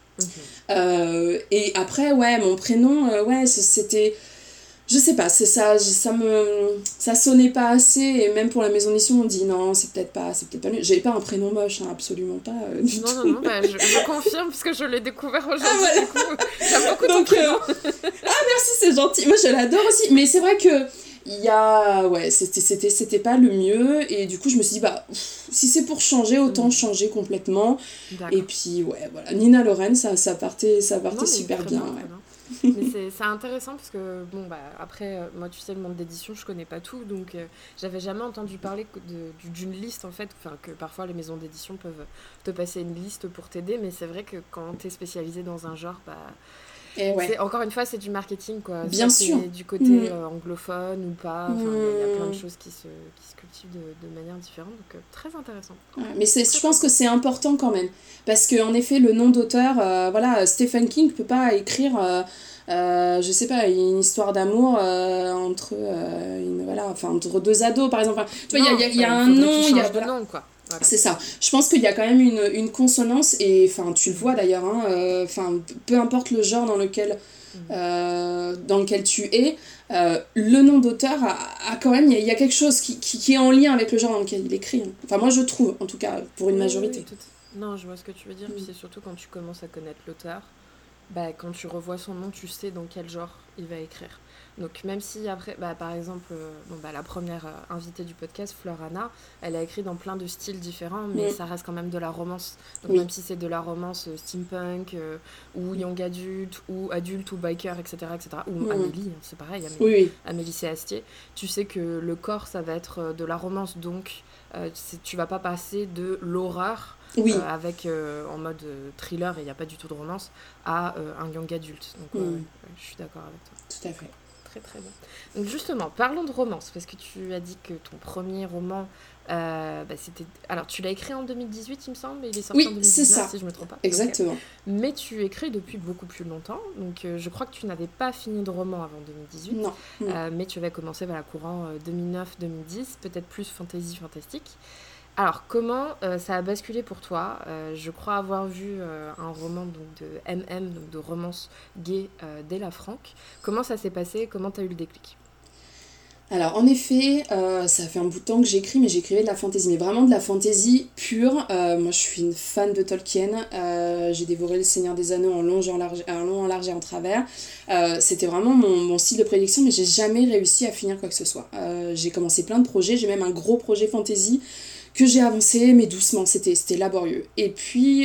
Et après mon prénom c'était je sais pas, c'est ça sonnait pas assez et même pour la maison d'édition on dit non c'est peut-être pas mieux. J'avais pas un prénom moche absolument pas du tout. Non je confirme parce que je l'ai découvert aujourd'hui. Du coup, j'aime beaucoup ton prénom. Merci c'est gentil, moi je l'adore aussi mais c'est vrai que c'était pas le mieux et du coup je me suis dit si c'est pour changer autant changer complètement. D'accord. Et puis voilà Nina Lorraine ça partait super bien. Mais c'est intéressant parce que après moi tu sais le monde d'édition je connais pas tout donc j'avais jamais entendu parler d'une liste en fait, enfin que parfois les maisons d'édition peuvent te passer une liste pour t'aider mais c'est vrai que quand t'es spécialisé dans un genre encore une fois c'est du marketing quoi. Bien sûr. C'est du côté anglophone ou pas, il y a plein de choses qui se cultivent de manière différente donc très intéressant. Mais je pense que c'est important quand même parce que en effet le nom d'auteur Stephen King peut pas écrire je sais pas une histoire d'amour entre deux ados par exemple. Enfin, tu vois il y a un nom, il y a nom quoi. Voilà. C'est ça. Je pense qu'il y a quand même une consonance, et enfin, tu le vois d'ailleurs, hein, peu importe le genre dans lequel tu es, le nom d'auteur a quand même, il y a quelque chose qui est en lien avec le genre dans lequel il écrit. Hein. Enfin, moi je trouve, en tout cas, pour une majorité. Non, je vois ce que tu veux dire. Puis c'est surtout quand tu commences à connaître l'auteur, bah, quand tu revois son nom, tu sais dans quel genre il va écrire. Donc même si après, bah, par exemple, la première invitée du podcast, Florana, elle a écrit dans plein de styles différents, mais ça reste quand même de la romance. Donc même si c'est de la romance steampunk, ou young adulte, ou adulte, ou biker, etc. Ou Amélie, c'est pareil, Amélie Séastier, tu sais que le corps, ça va être de la romance, donc tu vas pas passer de l'horreur avec en mode thriller, et il n'y a pas du tout de romance, à un young adulte. Donc je suis d'accord avec toi. Tout à fait. Très très bien. Donc justement, parlons de romance, parce que tu as dit que ton premier roman, c'était... Alors tu l'as écrit en 2018, il me semble, et il est sorti en 2019, si je ne me trompe pas. Exactement. Okay. Mais tu écris depuis beaucoup plus longtemps, donc je crois que tu n'avais pas fini de roman avant 2018. Non. Mais tu avais commencé courant 2009-2010, peut-être plus fantastique. Alors, comment ça a basculé pour toi ? Je crois avoir vu un roman donc, de MM, donc de romance gay d'Ella Frank. Comment ça s'est passé ? Comment tu as eu le déclic ? Alors, en effet, ça fait un bout de temps que j'écris, mais j'écrivais de la fantaisie, mais vraiment de la fantaisie pure. Moi, je suis une fan de Tolkien. J'ai dévoré Le Seigneur des Anneaux en long, en large et en travers. C'était vraiment mon style de prédilection, mais j'ai jamais réussi à finir quoi que ce soit. J'ai commencé plein de projets, j'ai même un gros projet fantaisie que j'ai avancé, mais doucement, c'était laborieux. Et puis,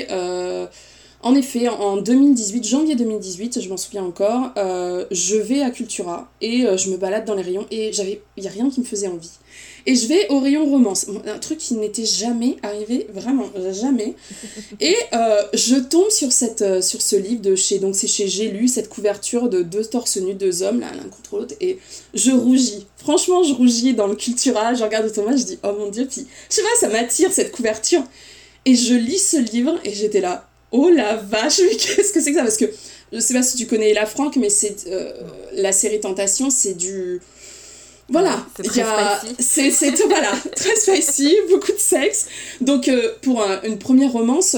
en effet, en 2018, janvier 2018, je m'en souviens encore, je vais à Cultura et je me balade dans les rayons et il n'y a rien qui me faisait envie. Et je vais au rayon romance, un truc qui n'était jamais arrivé, vraiment, jamais. Et je tombe sur ce livre c'est chez J'ai lu, cette couverture de 2 torses nus, 2 hommes, l'un contre l'autre, et je rougis. Franchement, je rougis dans le Cultura, je regarde Thomas, je dis, oh mon Dieu, puis je sais pas, ça m'attire cette couverture. Et je lis ce livre et j'étais là, oh la vache, mais qu'est-ce que c'est que ça ? Parce que, je sais pas si tu connais Ella Frank, mais c'est la série Tentation, c'est du... Voilà, c'est très spicy. C'est voilà, très spicy, beaucoup de sexe. Donc pour une première romance,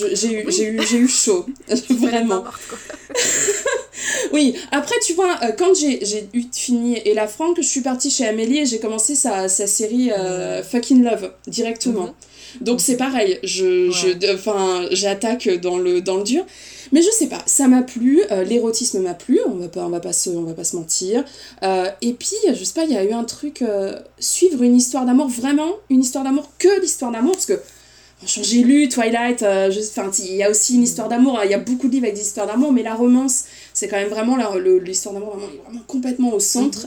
j'ai eu chaud, vraiment. Oui, après tu vois, quand j'ai fini Ella Frank, je suis partie chez Amélie et j'ai commencé sa série Fucking Love directement. Donc c'est pareil, j'attaque dans le dur. Mais je sais pas, ça m'a plu, l'érotisme m'a plu, on va pas se mentir. Et puis, je sais pas, il y a eu un truc, suivre une histoire d'amour, vraiment une histoire d'amour, que l'histoire d'amour, parce que j'ai lu Twilight, il y a aussi une histoire d'amour, il y a beaucoup de livres avec des histoires d'amour, mais la romance, c'est quand même vraiment l'histoire d'amour vraiment complètement au centre.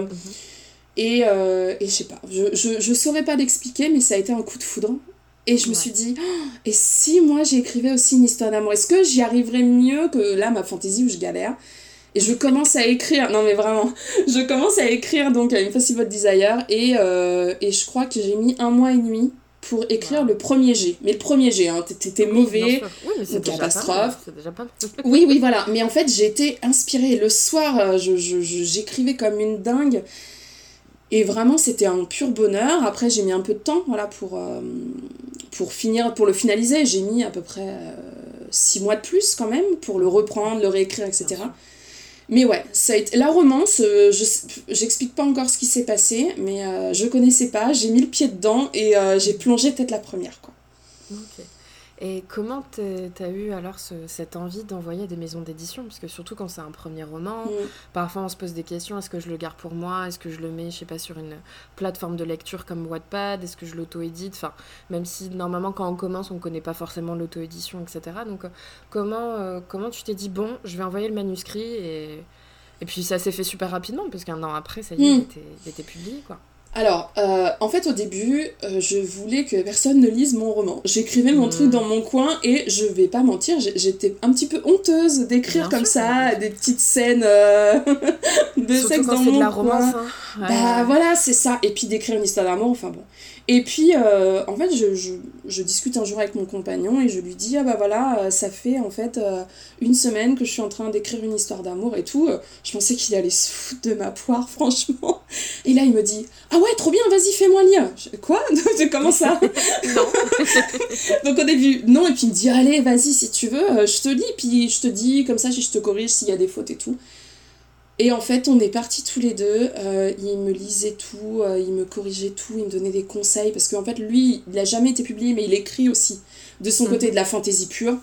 Et je sais pas, je saurais pas l'expliquer, mais ça a été un coup de foudre. Et je me suis dit, et si moi j'écrivais aussi une histoire d'amour, est-ce que j'y arriverais mieux que là, ma fantaisie où je galère ? Et je commence à écrire, non mais vraiment, je commence à écrire donc Impossible Desire, et je crois que j'ai mis 1 mois et demi pour écrire le premier jet. Mais le premier jet, hein, t'étais mauvais, une catastrophe. C'est déjà pas mal. Oui, voilà, mais en fait j'ai été inspirée. Le soir, j'écrivais comme une dingue. Et vraiment, c'était un pur bonheur. Après, j'ai mis un peu de temps, voilà, pour le finaliser. J'ai mis à peu près 6 mois de plus, quand même, pour le reprendre, le réécrire, etc. Mais ouais, ça a été... la romance, j'explique pas encore ce qui s'est passé, mais je connaissais pas, j'ai mis le pied dedans et j'ai plongé peut-être la première, quoi. Ok. Et comment t'as eu alors cette envie d'envoyer à des maisons d'édition ? Parce que surtout quand c'est un premier roman, parfois on se pose des questions, est-ce que je le garde pour moi ? Est-ce que je le mets, je sais pas, sur une plateforme de lecture comme Wattpad ? Est-ce que je l'auto-édite ? Enfin, même si normalement quand on commence, on connaît pas forcément l'auto-édition, etc. Donc comment tu t'es dit, bon, je vais envoyer le manuscrit et puis ça s'est fait super rapidement, parce qu'1 an après, ça y est, il était publié, quoi. Alors, en fait, au début, je voulais que personne ne lise mon roman. J'écrivais mon truc dans mon coin et je vais pas mentir, j'étais un petit peu honteuse d'écrire comme ça, des petites scènes de sexe dans mon coin. Surtout quand c'est de la romance. Hein. Ouais. Bah voilà, c'est ça. Et puis d'écrire une histoire d'amour, enfin bon. Et puis, en fait, je discute un jour avec mon compagnon et je lui dis, ah bah voilà, ça fait en fait 1 semaine que je suis en train d'écrire une histoire d'amour et tout. Je pensais qu'il allait se foutre de ma poire, franchement. Et là, il me dit, ah ouais, ouais, trop bien, vas-y, fais-moi lire. Quoi? Comment ça? Non. Donc au début, non, et puis il me dit, allez, vas-y, si tu veux, je te lis, puis je te dis, comme ça, je te corrige s'il y a des fautes et tout. Et en fait, on est partis tous les deux, il me lisait tout, il me corrigeait tout, il me donnait des conseils, parce qu'en fait, lui, il n'a jamais été publié, mais il écrit aussi, de son côté de la fantaisie pure.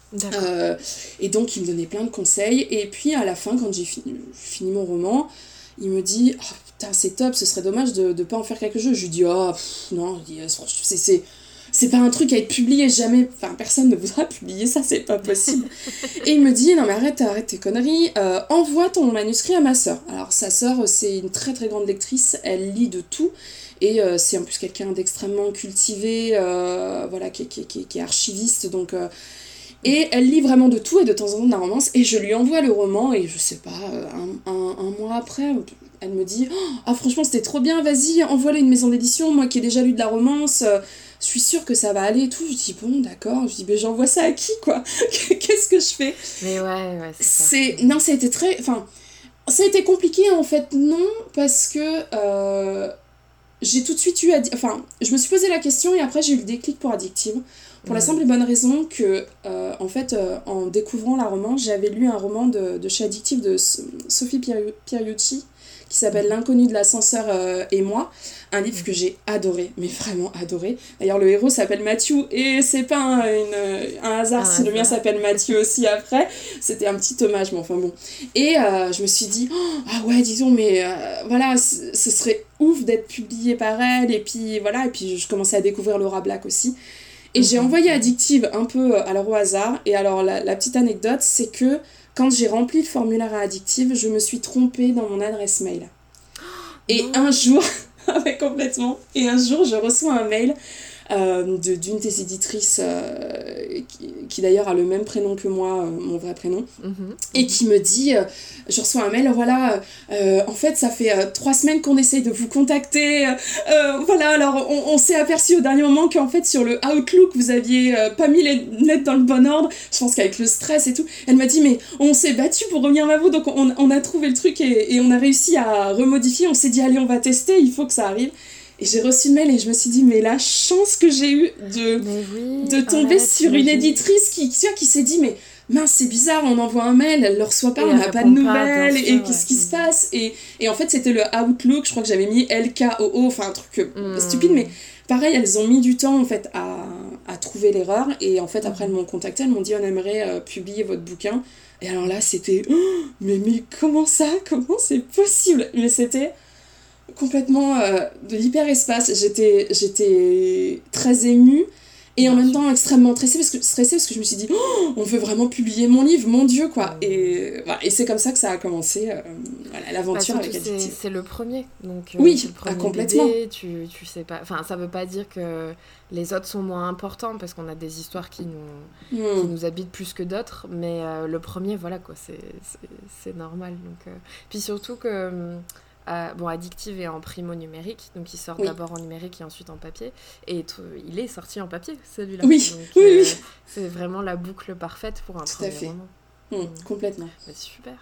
Et donc, il me donnait plein de conseils, et puis à la fin, quand j'ai fini mon roman, il me dit, oh, putain, c'est top, ce serait dommage de ne pas en faire quelque chose. Je lui dis, oh, non, je dis, c'est pas un truc à être publié, jamais, enfin personne ne voudra publier ça, c'est pas possible. Et il me dit, non mais arrête tes conneries, envoie ton manuscrit à ma sœur. Alors sa sœur, c'est une très très grande lectrice, elle lit de tout, et c'est en plus quelqu'un d'extrêmement cultivé, voilà, qui est archiviste, donc... Et elle lit vraiment de tout, et de temps en temps de la romance, et je lui envoie le roman, et je sais pas, un mois après, elle me dit, ah franchement c'était trop bien, vas-y, envoie-le à une maison d'édition, moi qui ai déjà lu de la romance... je suis sûre que ça va aller et tout. Je dis, bon, d'accord. Je dis, mais j'envoie ça à qui, quoi? Qu'est-ce que je fais? Mais ouais, c'est ça. Non, ça a été très... Enfin, ça a été compliqué, en fait, non, parce que j'ai tout de suite eu... Enfin, je me suis posé la question et après, j'ai eu le déclic pour Addictive. Pour la simple et bonne raison que, en fait, en découvrant la romance, j'avais lu un roman de chez Addictive de Sophie Pieriucci qui s'appelle L'inconnu de l'ascenseur et moi, un livre que j'ai adoré, mais vraiment adoré. D'ailleurs, le héros s'appelle Matthew, et c'est pas un hasard si le mien s'appelle Matthew aussi après. C'était un petit hommage, mais enfin bon. Et je me suis dit, ah ouais, disons, mais voilà, ce serait ouf d'être publié par elle, et puis voilà, et puis je commençais à découvrir Laura Black aussi. Et j'ai envoyé Addictive un peu alors au hasard, et alors la petite anecdote, c'est que quand j'ai rempli le formulaire à Addictive, je me suis trompée dans mon adresse mail. Et un jour, complètement, et un jour, je reçois un mail d'une des éditrices qui d'ailleurs a le même prénom que moi, mon vrai prénom, et qui me dit, je reçois un mail, voilà, en fait ça fait 3 semaines qu'on essaye de vous contacter, voilà, alors on s'est aperçu au dernier moment qu'en fait sur le Outlook vous aviez pas mis les lettres dans le bon ordre, je pense qu'avec le stress et tout, elle m'a dit mais on s'est battu pour revenir à vous, donc on a trouvé le truc et on a réussi à remodifier, on s'est dit allez on va tester, il faut que ça arrive. Et j'ai reçu le mail et je me suis dit, mais la chance que j'ai eue de tomber sur une éditrice qui s'est dit, mais mince, c'est bizarre, on envoie un mail, elle le reçoit pas, on n'a pas de nouvelles, et qu'est-ce qui se passe? Et en fait, c'était le Outlook, je crois que j'avais mis LKOO, enfin un truc stupide, mais pareil, elles ont mis du temps en fait à trouver l'erreur, et en fait, après, elles m'ont contacté, elles m'ont dit, on aimerait publier votre bouquin. Et alors là, c'était, mais comment ça? Comment c'est possible? Mais c'était... complètement de l'hyperespace, j'étais très émue et en même temps extrêmement stressée parce que je me suis dit on veut vraiment publier mon livre, mon Dieu quoi, et voilà, et c'est comme ça que ça a commencé voilà, l'aventure avec Addictive. C'est le premier, donc oui, c'est le premier complètement bébé, tu sais pas, enfin ça veut pas dire que les autres sont moins importants parce qu'on a des histoires qui nous habitent plus que d'autres, mais le premier voilà quoi, c'est normal, donc puis surtout que bon, Addictive est en primo numérique, donc il sort d'abord en numérique et ensuite en papier, et il est sorti en papier celui-là, oui. Donc, oui. C'est vraiment la boucle parfaite pour un tout premier à fait. roman. Complètement. Mais super.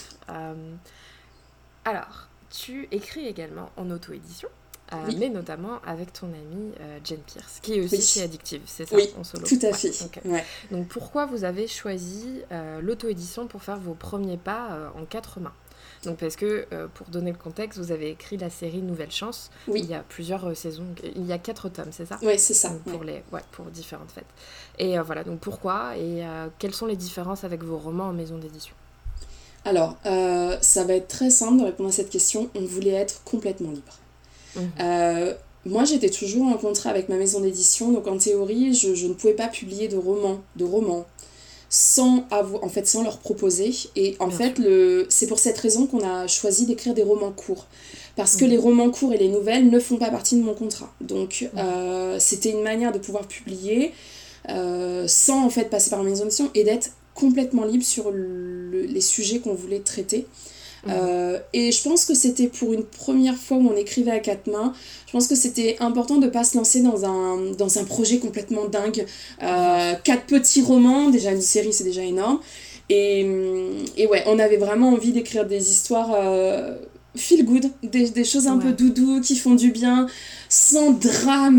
Alors, tu écris également en auto-édition, mais notamment avec ton amie Jen Pierce, qui est aussi chez Addictive, c'est ça, en solo? Tout à fait. Okay. Donc pourquoi vous avez choisi l'auto-édition pour faire vos premiers pas en 4 mains? Donc parce que, pour donner le contexte, vous avez écrit la série Nouvelle Chance, il y a plusieurs saisons, il y a 4 tomes, c'est ça? Oui, c'est ça. Donc pour différentes fêtes. Et voilà, donc pourquoi et quelles sont les différences avec vos romans en maison d'édition? Alors, ça va être très simple de répondre à cette question, on voulait être complètement libre. Moi, j'étais toujours en contrat avec ma maison d'édition, donc en théorie, je ne pouvais pas publier de romans sans leur proposer. Et en fait, c'est pour cette raison qu'on a choisi d'écrire des romans courts. Parce que les romans courts et les nouvelles ne font pas partie de mon contrat. Donc, c'était une manière de pouvoir publier sans en fait passer par ma maison d'édition et d'être complètement libre sur les sujets qu'on voulait traiter. Et je pense que c'était pour une première fois où on écrivait à 4 mains, je pense que c'était important de ne pas se lancer dans un projet complètement dingue. 4 petits romans, déjà une série c'est déjà énorme, et ouais, on avait vraiment envie d'écrire des histoires feel good, des choses un peu doudou qui font du bien, sans drame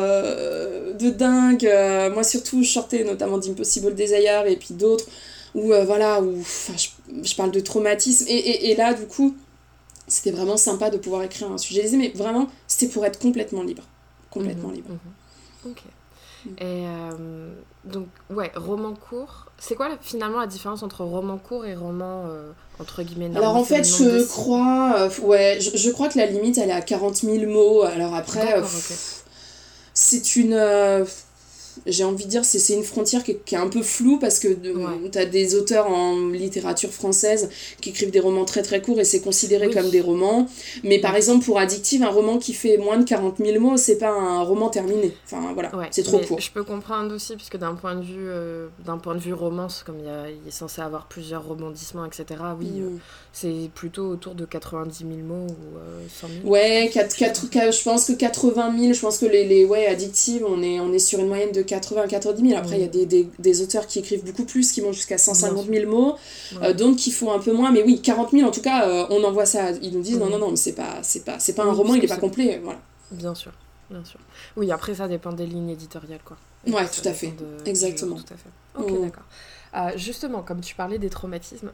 de dingue. Moi surtout, je sortais notamment d'Impossible Desire et puis d'autres, où je parle de traumatisme. Et là, du coup, c'était vraiment sympa de pouvoir écrire un sujet lésé, mais vraiment, c'était pour être complètement libre. Complètement libre. Ok. Et donc, roman court. C'est quoi finalement la différence entre roman court et roman entre guillemets normal? Alors en fait, je crois que la limite elle est à 40 000 mots. Alors après, c'est une. J'ai envie de dire, c'est une frontière qui est un peu floue parce que t'as des auteurs en littérature française qui écrivent des romans très très courts et c'est considéré comme des romans. Mais par exemple, pour Addictive, un roman qui fait moins de 40 000 mots, c'est pas un roman terminé. Enfin voilà, c'est trop court. Je peux comprendre aussi, puisque d'un point de vue romance, comme il est censé avoir plusieurs rebondissements, etc., c'est plutôt autour de 90 000 mots ou 100 000. Ouais, je pense que 80 000, je pense que les Addictive, on est sur une moyenne de 80 à 90 000. Après, il y a des auteurs qui écrivent beaucoup plus, qui montent jusqu'à 150 000 mots, donc qui font un peu moins. Mais oui, 40 000, en tout cas, on envoie ça. Ils nous disent non, mais c'est pas un roman, il est pas complet. Voilà. Bien sûr. Oui, après, ça dépend des lignes éditoriales, quoi. Ouais, tout à fait. Exactement. Tout à fait. Ok, d'accord. Justement, comme tu parlais des traumatismes,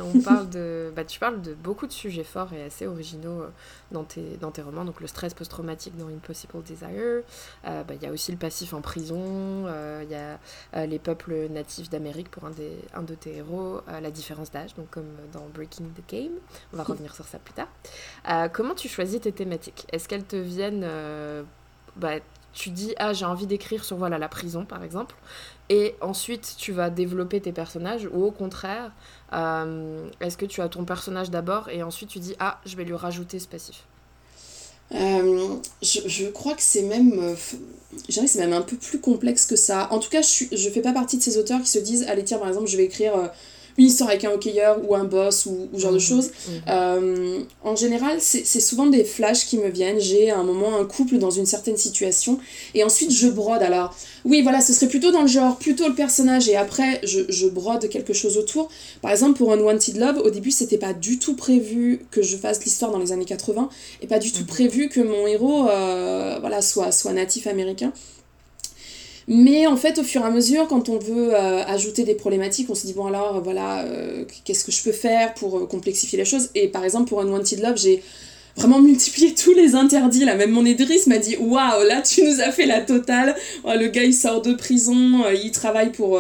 tu parles de beaucoup de sujets forts et assez originaux dans tes romans. Donc le stress post-traumatique dans Impossible Desire, y a aussi le passif en prison, il y a les peuples natifs d'Amérique pour un de tes héros, la différence d'âge, donc comme dans Breaking the Game. On va revenir sur ça plus tard. Comment tu choisis tes thématiques ? Est-ce qu'elles te viennent... tu dis, j'ai envie d'écrire sur la prison, par exemple, et ensuite tu vas développer tes personnages, ou au contraire, est-ce que tu as ton personnage d'abord, et ensuite tu dis, je vais lui rajouter ce passif ? Je crois que c'est même... je dirais que c'est même un peu plus complexe que ça. En tout cas, je fais pas partie de ces auteurs qui se disent, allez tiens, par exemple, je vais écrire... une histoire avec un hockeyeur ou un boss ou genre de choses. En général, c'est souvent des flashs qui me viennent. J'ai à un moment un couple dans une certaine situation et ensuite je brode. Alors oui, voilà, ce serait plutôt dans le genre, plutôt le personnage et après je brode quelque chose autour. Par exemple, pour Unwanted Love, au début, c'était pas du tout prévu que je fasse l'histoire dans les années 80 et pas du tout prévu que mon héros soit natif américain. Mais en fait, au fur et à mesure, quand on veut ajouter des problématiques, on se dit, bon alors, qu'est-ce que je peux faire pour complexifier les choses ? Et par exemple, pour Unwanted Love, j'ai vraiment multiplié tous les interdits, là. Même mon éditrice m'a dit, waouh, là, tu nous as fait la totale. Le gars, il sort de prison, il travaille pour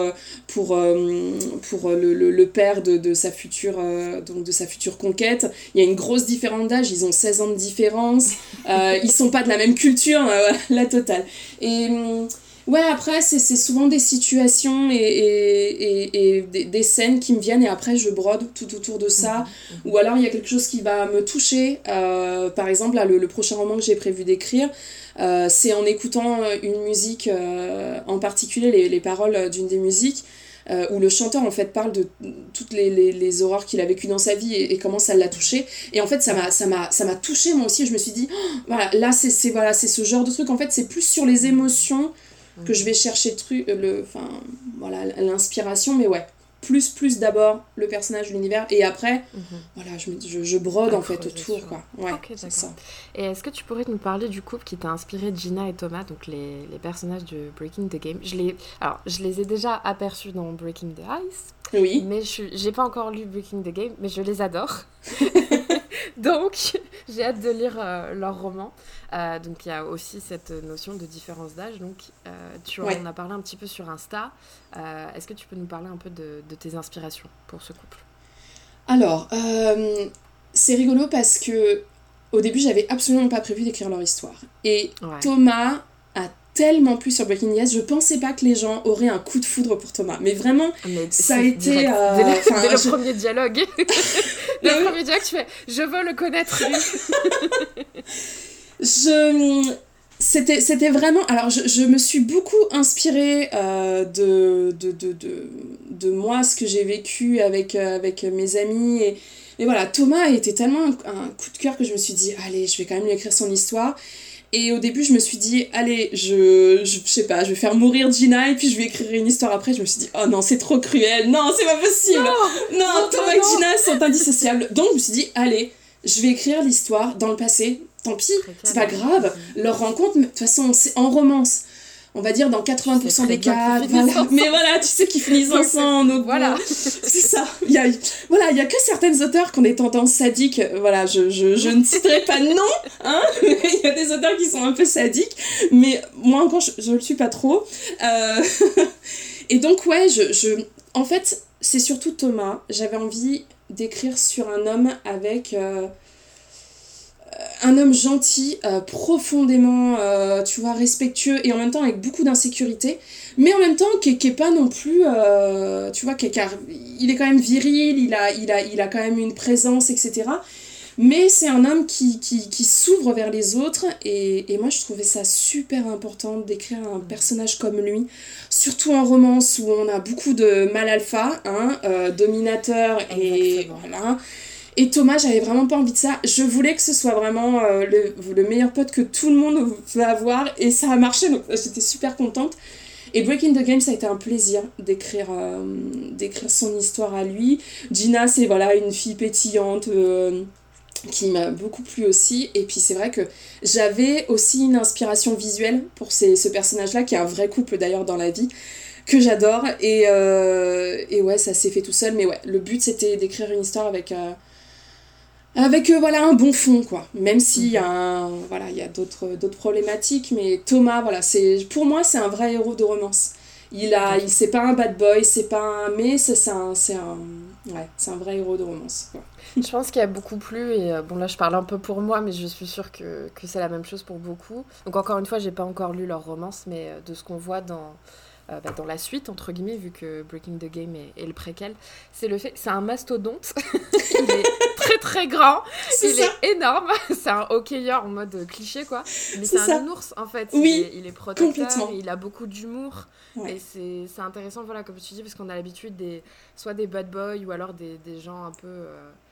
le père de sa future conquête. Il y a une grosse différence d'âge, ils ont 16 ans de différence, ils sont pas de la même culture, la totale. Et... ouais, après, c'est souvent des situations et des scènes qui me viennent et après je brode tout autour de ça. Ou alors il y a quelque chose qui va me toucher. Par exemple, là, le prochain roman que j'ai prévu d'écrire, c'est en écoutant une musique, en particulier les paroles d'une des musiques, où le chanteur en fait parle de toutes les horreurs qu'il a vécues dans sa vie et comment ça l'a touché. Et en fait, ça m'a touchée moi aussi. Je me suis dit, là, c'est ce genre de truc. En fait, c'est plus sur les émotions que je vais chercher l'inspiration, mais ouais, plus d'abord le personnage, l'univers, et après, je brode en fait autour, quoi. Ouais, okay, c'est ça. Et est-ce que tu pourrais nous parler du couple qui t'a inspiré Gina et Thomas, donc les personnages de Breaking the Game ? Je les ai déjà aperçus dans Breaking the Ice, oui. Mais j'ai pas encore lu Breaking the Game, mais je les adore. Donc, j'ai hâte de lire leur roman. Donc, il y a aussi cette notion de différence d'âge. Donc, tu en as parlé un petit peu sur Insta. Est-ce que tu peux nous parler un peu de tes inspirations pour ce couple ? Alors, c'est rigolo parce que au début, j'avais absolument pas prévu d'écrire leur histoire. Et Thomas a tellement plu sur Breaking the Ice, je pensais pas que les gens auraient un coup de foudre pour Thomas. Mais vraiment, ça a été... Dès le premier dialogue. Le premier dialogue, tu fais « Je veux le connaître, lui !» C'était vraiment... Alors, je me suis beaucoup inspirée de moi, ce que j'ai vécu avec mes amis. Et voilà, Thomas a été tellement un coup de cœur que je me suis dit, allez, je vais quand même lui écrire son histoire. Et au début, je me suis dit, allez, je sais pas, je vais faire mourir Gina et puis je vais écrire une histoire après. Je me suis dit, oh non, c'est trop cruel, non, c'est pas possible. Non, Thomas et Gina sont indissociables. Donc, je me suis dit, allez, je vais écrire l'histoire dans le passé. Tant pis, Préquel, c'est pas grave. Leur rencontre, de toute façon, c'est en romance. On va dire dans 80% des cas. Voilà. Mais voilà, tu sais qu'ils finissent ensemble. Donc voilà. C'est ça. Il y a que certains auteurs qui ont des tendances sadiques. Voilà, je ne citerai pas de nom. Hein. Il y a des auteurs qui sont un peu sadiques. Mais moi encore, je le suis pas trop. Et donc, ouais, en fait, c'est surtout Thomas. J'avais envie d'écrire sur un homme avec... un homme gentil, profondément, tu vois, respectueux, et en même temps avec beaucoup d'insécurité, mais en même temps qui est pas non plus, tu vois, il est quand même viril, il a quand même une présence, etc. Mais c'est un homme qui s'ouvre vers les autres, et moi je trouvais ça super important d'écrire un personnage comme lui, surtout en romance où on a beaucoup de mâle alpha, hein, dominateur, et voilà. Et Thomas, j'avais vraiment pas envie de ça. Je voulais que ce soit vraiment le meilleur pote que tout le monde veut avoir, et ça a marché, donc j'étais super contente. Et Breaking the Game, ça a été un plaisir d'écrire son histoire à lui. Gina, c'est voilà, une fille pétillante qui m'a beaucoup plu aussi. Et puis c'est vrai que j'avais aussi une inspiration visuelle pour ce personnage-là, qui est un vrai couple d'ailleurs dans la vie, que j'adore. Et ouais, ça s'est fait tout seul. Mais ouais, le but c'était d'écrire une histoire avec voilà, un bon fond, quoi. Même s'il y a il y a d'autres problématiques, mais Thomas, voilà, pour moi c'est un vrai héros de romance. C'est pas un bad boy, c'est pas un, mais c'est un vrai héros de romance, quoi. Je pense qu'il y a beaucoup plu, et bon là je parle un peu pour moi, mais je suis sûre que c'est la même chose pour beaucoup. Donc encore une fois, j'ai pas encore lu leur romance, mais de ce qu'on voit dans la suite, entre guillemets, vu que Breaking the Game est le préquel, c'est un mastodonte. Il est très très grand, il est énorme, c'est un hockeyeur en mode cliché, quoi, mais c'est un nounours en fait. Oui, il est protecteur, complètement. il a beaucoup d'humour, ouais. Et c'est intéressant, voilà, comme tu dis, parce qu'on a l'habitude soit des bad boys ou alors des gens un peu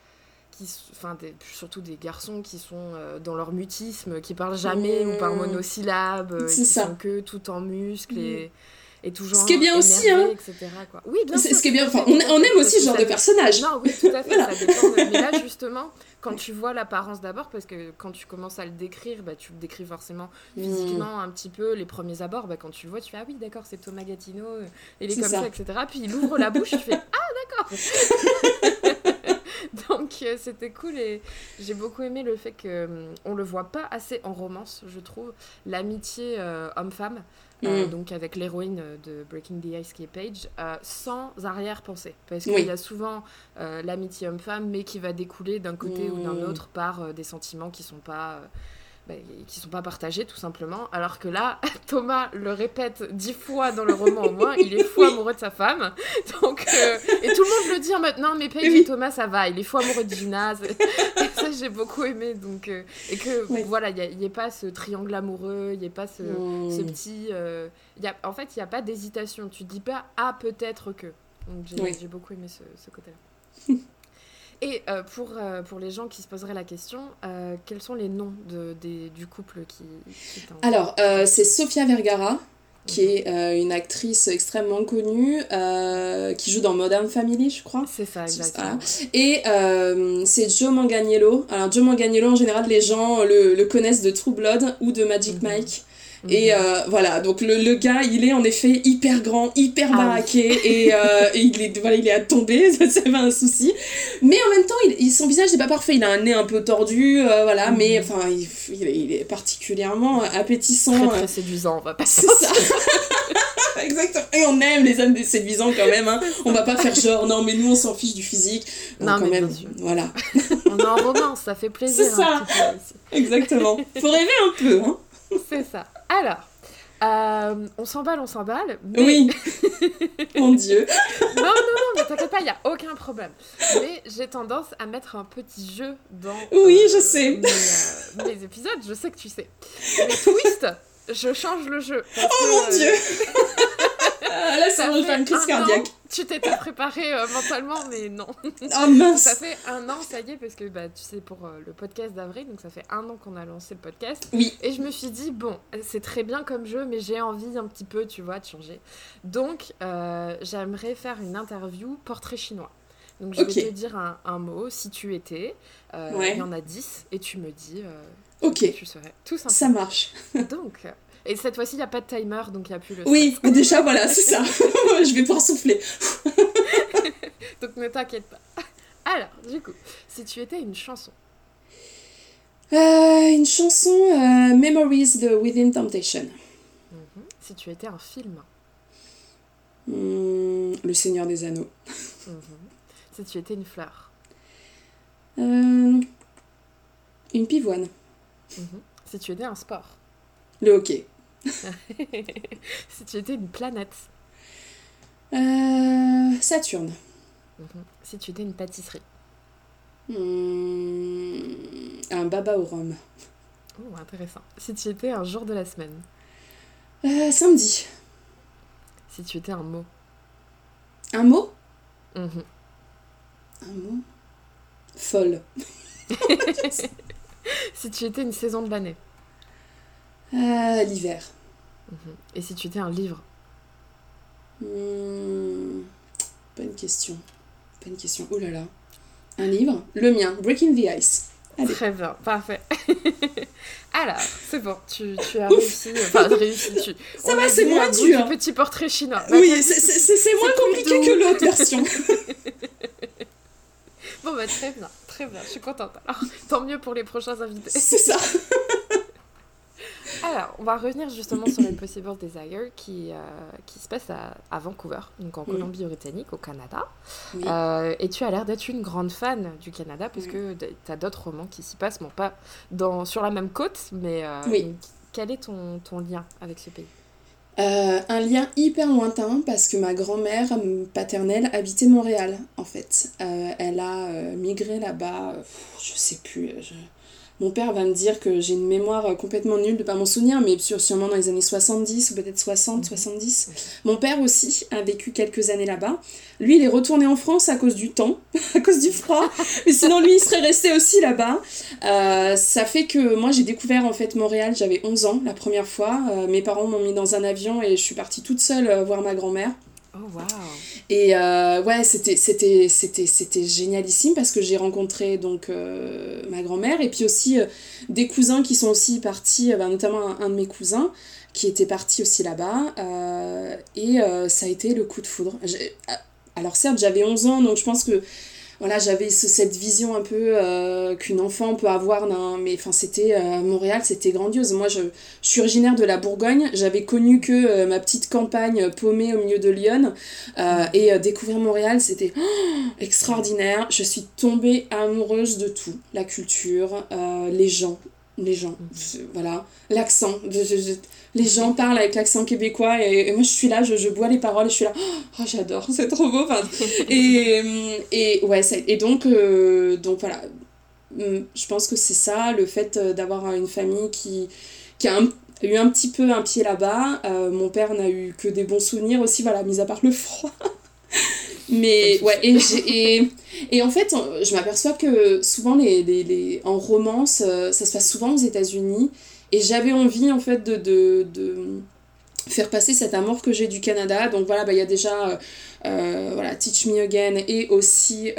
surtout des garçons qui sont dans leur mutisme, qui parlent jamais ou par monosyllabes, qui sont que tout en muscles et toujours ce qui est bien énervé, aussi, hein. etc., quoi. Oui, bien sûr. Ce qui est bien, enfin, on aime aussi ce genre de personnage. Non, oui, tout à fait, voilà. Ça dépend. Mais là, justement, quand tu vois l'apparence d'abord, parce que quand tu commences à le décrire, tu le décris forcément physiquement un petit peu, les premiers abords, quand tu le vois, tu fais « Ah oui, d'accord, c'est Thomas Gattino, il est comme ça, etc. » Puis il ouvre la bouche, tu fais « Ah, d'accord !» Donc c'était cool, et j'ai beaucoup aimé le fait qu'on le voit pas assez en romance, je trouve, l'amitié homme-femme, donc avec l'héroïne de Breaking the Ice qui est Paige, sans arrière-pensée, parce qu'il y a souvent l'amitié homme-femme, mais qui va découler d'un côté ou d'un autre par des sentiments qui sont pas partagés, tout simplement, alors que là, Thomas le répète 10 fois dans le roman au moins, il est fou amoureux de sa femme, donc, et tout le monde le dit maintenant, mais Paige et Thomas, ça va, il est fou amoureux de Gina, et ça, j'ai beaucoup aimé, donc, et que, voilà, il n'y ait pas ce triangle amoureux, il n'y ait pas ce petit... en fait, il n'y a pas d'hésitation, tu dis pas « Ah, peut-être que », donc j'ai beaucoup aimé ce côté-là. Et pour les gens qui se poseraient la question, quels sont les noms du couple qui Alors, c'est Sofia Vergara, qui est une actrice extrêmement connue, qui joue dans Modern Family, je crois. C'est ça, exactement. Voilà. Et c'est Joe Manganiello. Alors, Joe Manganiello, en général, les gens le connaissent de True Blood ou de Magic Mike. Et voilà, donc le gars, il est en effet hyper grand, hyper baraqué, et il est à tomber, ça pas un souci. Mais en même temps, son visage n'est pas parfait, il a un nez un peu tordu, voilà, mais enfin, il est particulièrement appétissant. Très très séduisant, on va pas c'est ça. Exactement. Et on aime les hommes séduisants quand même, hein. On va pas faire genre, non mais nous on s'en fiche du physique. Non, quand mais même, voilà. On est en romance, ça fait plaisir. C'est ça, exactement. Faut rêver un peu, hein. C'est ça. Alors, on s'emballe, mais... Oui. Mon Dieu. Non, mais t'inquiète pas, il n'y a aucun problème. Mais j'ai tendance à mettre un petit jeu dans oui, je sais. mes épisodes, je sais que tu sais. Mais twist, je change le jeu. Mon Dieu. Là, ça va faire une crise cardiaque. Tu t'étais préparée mentalement, mais non. Oh mince. Ça fait 1 an, ça y est, parce que tu sais, pour le podcast d'avril, donc ça fait 1 an qu'on a lancé le podcast. Oui. Et je me suis dit, bon, c'est très bien comme jeu, mais j'ai envie un petit peu, tu vois, de changer. Donc, j'aimerais faire une interview portrait chinois. Donc je vais Ok. te dire un mot, si tu étais, il Ouais. y en a 10, et tu me dis Ok. qui tu serais, tout Ça simplement. marche. Donc, et cette fois-ci, il n'y a pas de timer, donc il n'y a plus le Oui, stress. déjà, voilà, c'est ça. Je vais pouvoir souffler. Donc ne t'inquiète pas. Alors, du coup, si tu étais une chanson, Une chanson Memories de Within Temptation. si tu étais un film, Le Seigneur des Anneaux. mhm, si tu étais une fleur, Une pivoine. mhm, si tu étais un sport, Le hockey. si tu étais une planète, Saturne. si tu étais une pâtisserie, Un baba au rhum. oh, intéressant, si tu étais un jour de la semaine, Samedi. si tu étais un mot, Un mot mhm, Un mot Folle. si tu étais une saison de l'année, L'hiver. et si tu étais un livre, Bonne question. Bonne question. Oh là là. Un livre Le mien. Breaking the Ice. Allez. Très bien, parfait. Alors, c'est bon, tu as réussi. Enfin, réussi. Ça va, c'est moins dur. dur. Du petit portrait chinois. Oui, c'est moins compliqué que l'autre version. Bon, bah, très bien, je suis contente. Alors, tant mieux pour les prochains invités. C'est ça. Alors, on va revenir justement sur Impossible Desire qui se passe à Vancouver, donc en Colombie-Britannique, au Canada. Oui. Et tu as l'air d'être une grande fan du Canada, puisque tu as d'autres romans qui s'y passent, bon, pas sur la même côte, mais Oui. Quel est ton lien avec ce pays ? Un lien hyper lointain parce que ma grand-mère paternelle habitait Montréal en fait. Elle a migré là-bas, je sais plus. Mon père va me dire que j'ai une mémoire complètement nulle de pas m'en souvenir, mais sûrement dans les années 70 ou peut-être 60, 70. Mon père aussi a vécu quelques années là-bas. Lui, il est retourné en France à cause du temps, à cause du froid, mais sinon lui, il serait resté aussi là-bas. Ça fait que moi, j'ai découvert en fait Montréal, j'avais 11 ans la première fois. Mes parents m'ont mis dans un avion et je suis partie toute seule voir ma grand-mère. Oh, waouh! Et ouais, c'était génialissime parce que j'ai rencontré donc ma grand-mère et puis aussi des cousins qui sont aussi partis, notamment un de mes cousins qui était parti aussi là-bas. Ça a été le coup de foudre. Alors certes, j'avais 11 ans, donc je pense que voilà, j'avais cette vision un peu qu'une enfant peut avoir mais enfin c'était Montréal, c'était grandiose. Moi je suis originaire de la Bourgogne, j'avais connu que ma petite campagne paumée au milieu de Lyon et découvrir Montréal, c'était extraordinaire. Je suis tombée amoureuse de tout, la culture, les gens, voilà, l'accent. Les gens parlent avec l'accent québécois et moi je suis là, je bois les paroles et je suis là, oh j'adore, c'est trop beau. Enfin, et ouais, et donc voilà, je pense que c'est ça, le fait d'avoir une famille qui a eu un petit peu un pied là-bas. Mon père n'a eu que des bons souvenirs aussi, voilà, mis à part le froid. Mais ouais, et en fait, je m'aperçois que souvent en romance, ça se passe souvent aux États-Unis. Et j'avais envie en fait de faire passer cet amour que j'ai du Canada. Donc voilà, il y a déjà voilà, Teach Me Again et aussi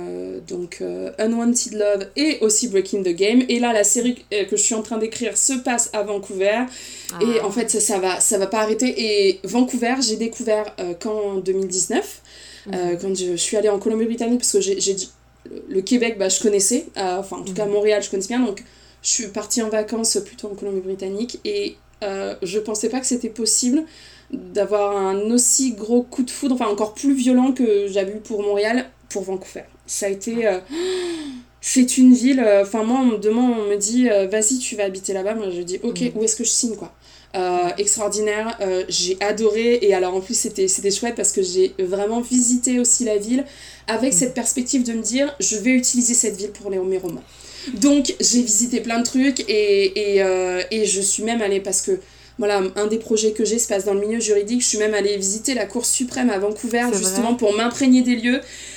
Unwanted Love et aussi Breaking the Game. Et là, la série que je suis en train d'écrire se passe à Vancouver. Et en fait, ça va pas arrêter. Et Vancouver, j'ai découvert qu'en 2019, quand je suis allée en Colombie-Britannique, parce que le Québec, je connaissais. Enfin, en tout cas, Montréal, je connaissais bien. Donc, je suis partie en vacances plutôt en Colombie-Britannique et je pensais pas que c'était possible d'avoir un aussi gros coup de foudre, enfin encore plus violent que j'avais eu pour Montréal, pour Vancouver. Ça a été... c'est une ville... Enfin moi, demain, on me dit vas-y, tu vas habiter là-bas. Moi, je dis ok, où est-ce que je signe quoi ? Extraordinaire, j'ai adoré et alors en plus c'était chouette parce que j'ai vraiment visité aussi la ville avec cette perspective de me dire je vais utiliser cette ville pour mes romans. Donc j'ai visité plein de trucs et je suis même allée parce que voilà, un des projets que j'ai se passe dans le milieu juridique, je suis même allée visiter la Cour suprême à Vancouver justement pour m'imprégner des lieux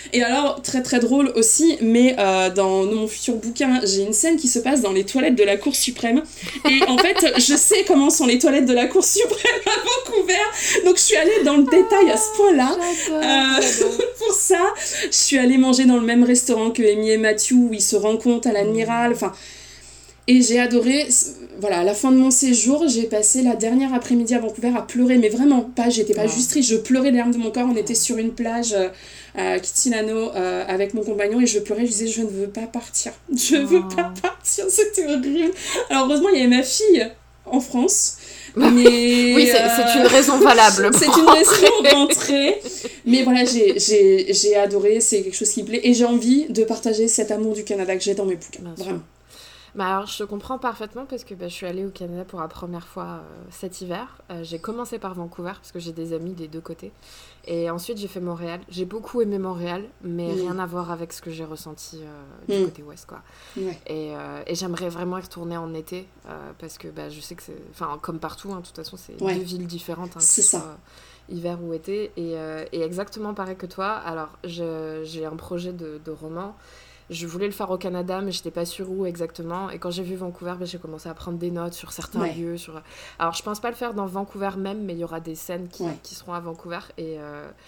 Et alors, très très drôle aussi, mais dans mon futur bouquin, j'ai une scène qui se passe dans les toilettes de la Cour suprême. Et en fait, je sais comment sont les toilettes de la Cour suprême à Vancouver. Donc, je suis allée dans le détail à ce point-là. Pour ça, je suis allée manger dans le même restaurant que Amy et Matthew, où ils se rencontrent à l'Admiral. Enfin, et j'ai adoré. Voilà, à la fin de mon séjour, j'ai passé la dernière après-midi à Vancouver à pleurer, mais vraiment pas, j'étais pas juste triste, je pleurais les larmes de mon corps. On était sur une plage à Kitsilano avec mon compagnon et je pleurais, je disais je ne veux pas partir, je veux pas partir, c'était horrible. Alors heureusement, il y avait ma fille en France. Mais oui, c'est une raison valable. C'est une raison d'entrée. Mais voilà, j'ai adoré, c'est quelque chose qui me plaît. Et j'ai envie de partager cet amour du Canada que j'ai dans mes bouquins. Bien vraiment. Sûr. Bah alors, je te comprends parfaitement parce que je suis allée au Canada pour la première fois cet hiver. J'ai commencé par Vancouver parce que j'ai des amis des deux côtés. Et ensuite, j'ai fait Montréal. J'ai beaucoup aimé Montréal, mais rien à voir avec ce que j'ai ressenti du côté ouest, quoi. Ouais. Et j'aimerais vraiment y retourner en été parce que je sais que c'est... Enfin, comme partout, hein, de toute façon, c'est deux villes différentes. Hein, c'est ça. Hiver ou été. Et exactement pareil que toi. Alors, j'ai un projet de roman. Je voulais le faire au Canada, mais j'étais pas sûre où exactement. Et quand j'ai vu Vancouver, j'ai commencé à prendre des notes sur certains lieux. Alors, je pense pas le faire dans Vancouver même, mais il y aura des scènes qui seront à Vancouver. Et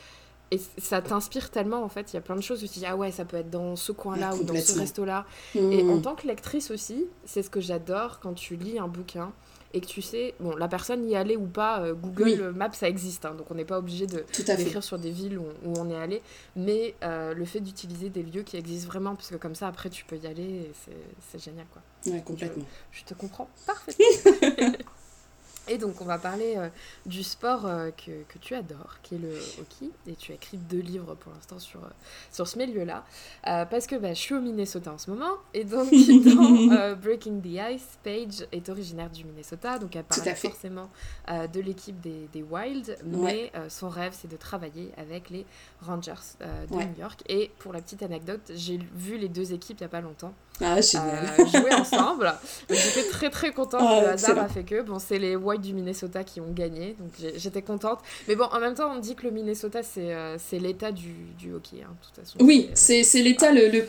ça t'inspire tellement, en fait. Il y a plein de choses où tu dis, ah ouais, ça peut être dans ce coin-là ou dans ce resto-là. Et en tant que lectrice aussi, c'est ce que j'adore quand tu lis un bouquin et que tu sais, bon, la personne y allait ou pas, Google Maps, ça existe, hein, donc on n'est pas obligé d'écrire sur des villes où on est allé, mais le fait d'utiliser des lieux qui existent vraiment, parce que comme ça, après, tu peux y aller, et c'est génial, quoi. Ouais, complètement. Je te comprends parfaitement. Et donc, on va parler du sport que tu adores, qui est le hockey. Et tu as écrit 2 livres pour l'instant sur ce milieu-là. Parce que je suis au Minnesota en ce moment. Et donc, dans Breaking the Ice, Paige est originaire du Minnesota. Donc, elle parle forcément de l'équipe des Wild. Mais son rêve, c'est de travailler avec les Rangers de New York. Et pour la petite anecdote, j'ai vu les 2 équipes il n'y a pas longtemps. Ah, génial. Jouer ensemble. J'étais très très contente. Le hasard a fait que c'est les Wild du Minnesota qui ont gagné, donc j'étais contente. Mais bon, en même temps, on dit que le Minnesota c'est l'état du hockey, hein, de toute façon. Oui, c'est l'état le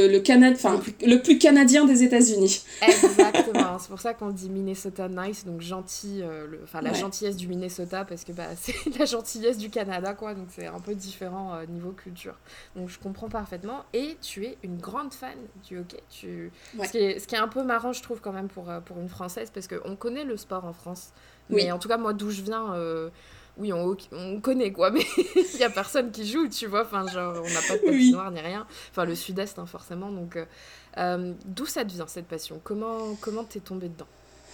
plus canadien des États-Unis. Exactement. C'est pour ça qu'on dit Minnesota nice, donc gentil, la gentillesse du Minnesota, parce que c'est la gentillesse du Canada, quoi. Donc c'est un peu différent niveau culture. Donc je comprends parfaitement. Et tu es une grande fan du hockey. Ce qui est un peu marrant, je trouve, quand même, pour une Française, parce qu'on connaît le sport en France. Mais en tout cas, moi, d'où je viens, oui, on connaît, quoi. Mais il n'y a personne qui joue, tu vois. Enfin, genre, on n'a pas de patinoire ni rien. Enfin, le sud-est, hein, forcément. Donc, d'où ça te vient, cette passion ? Comment t'es tombée dedans ?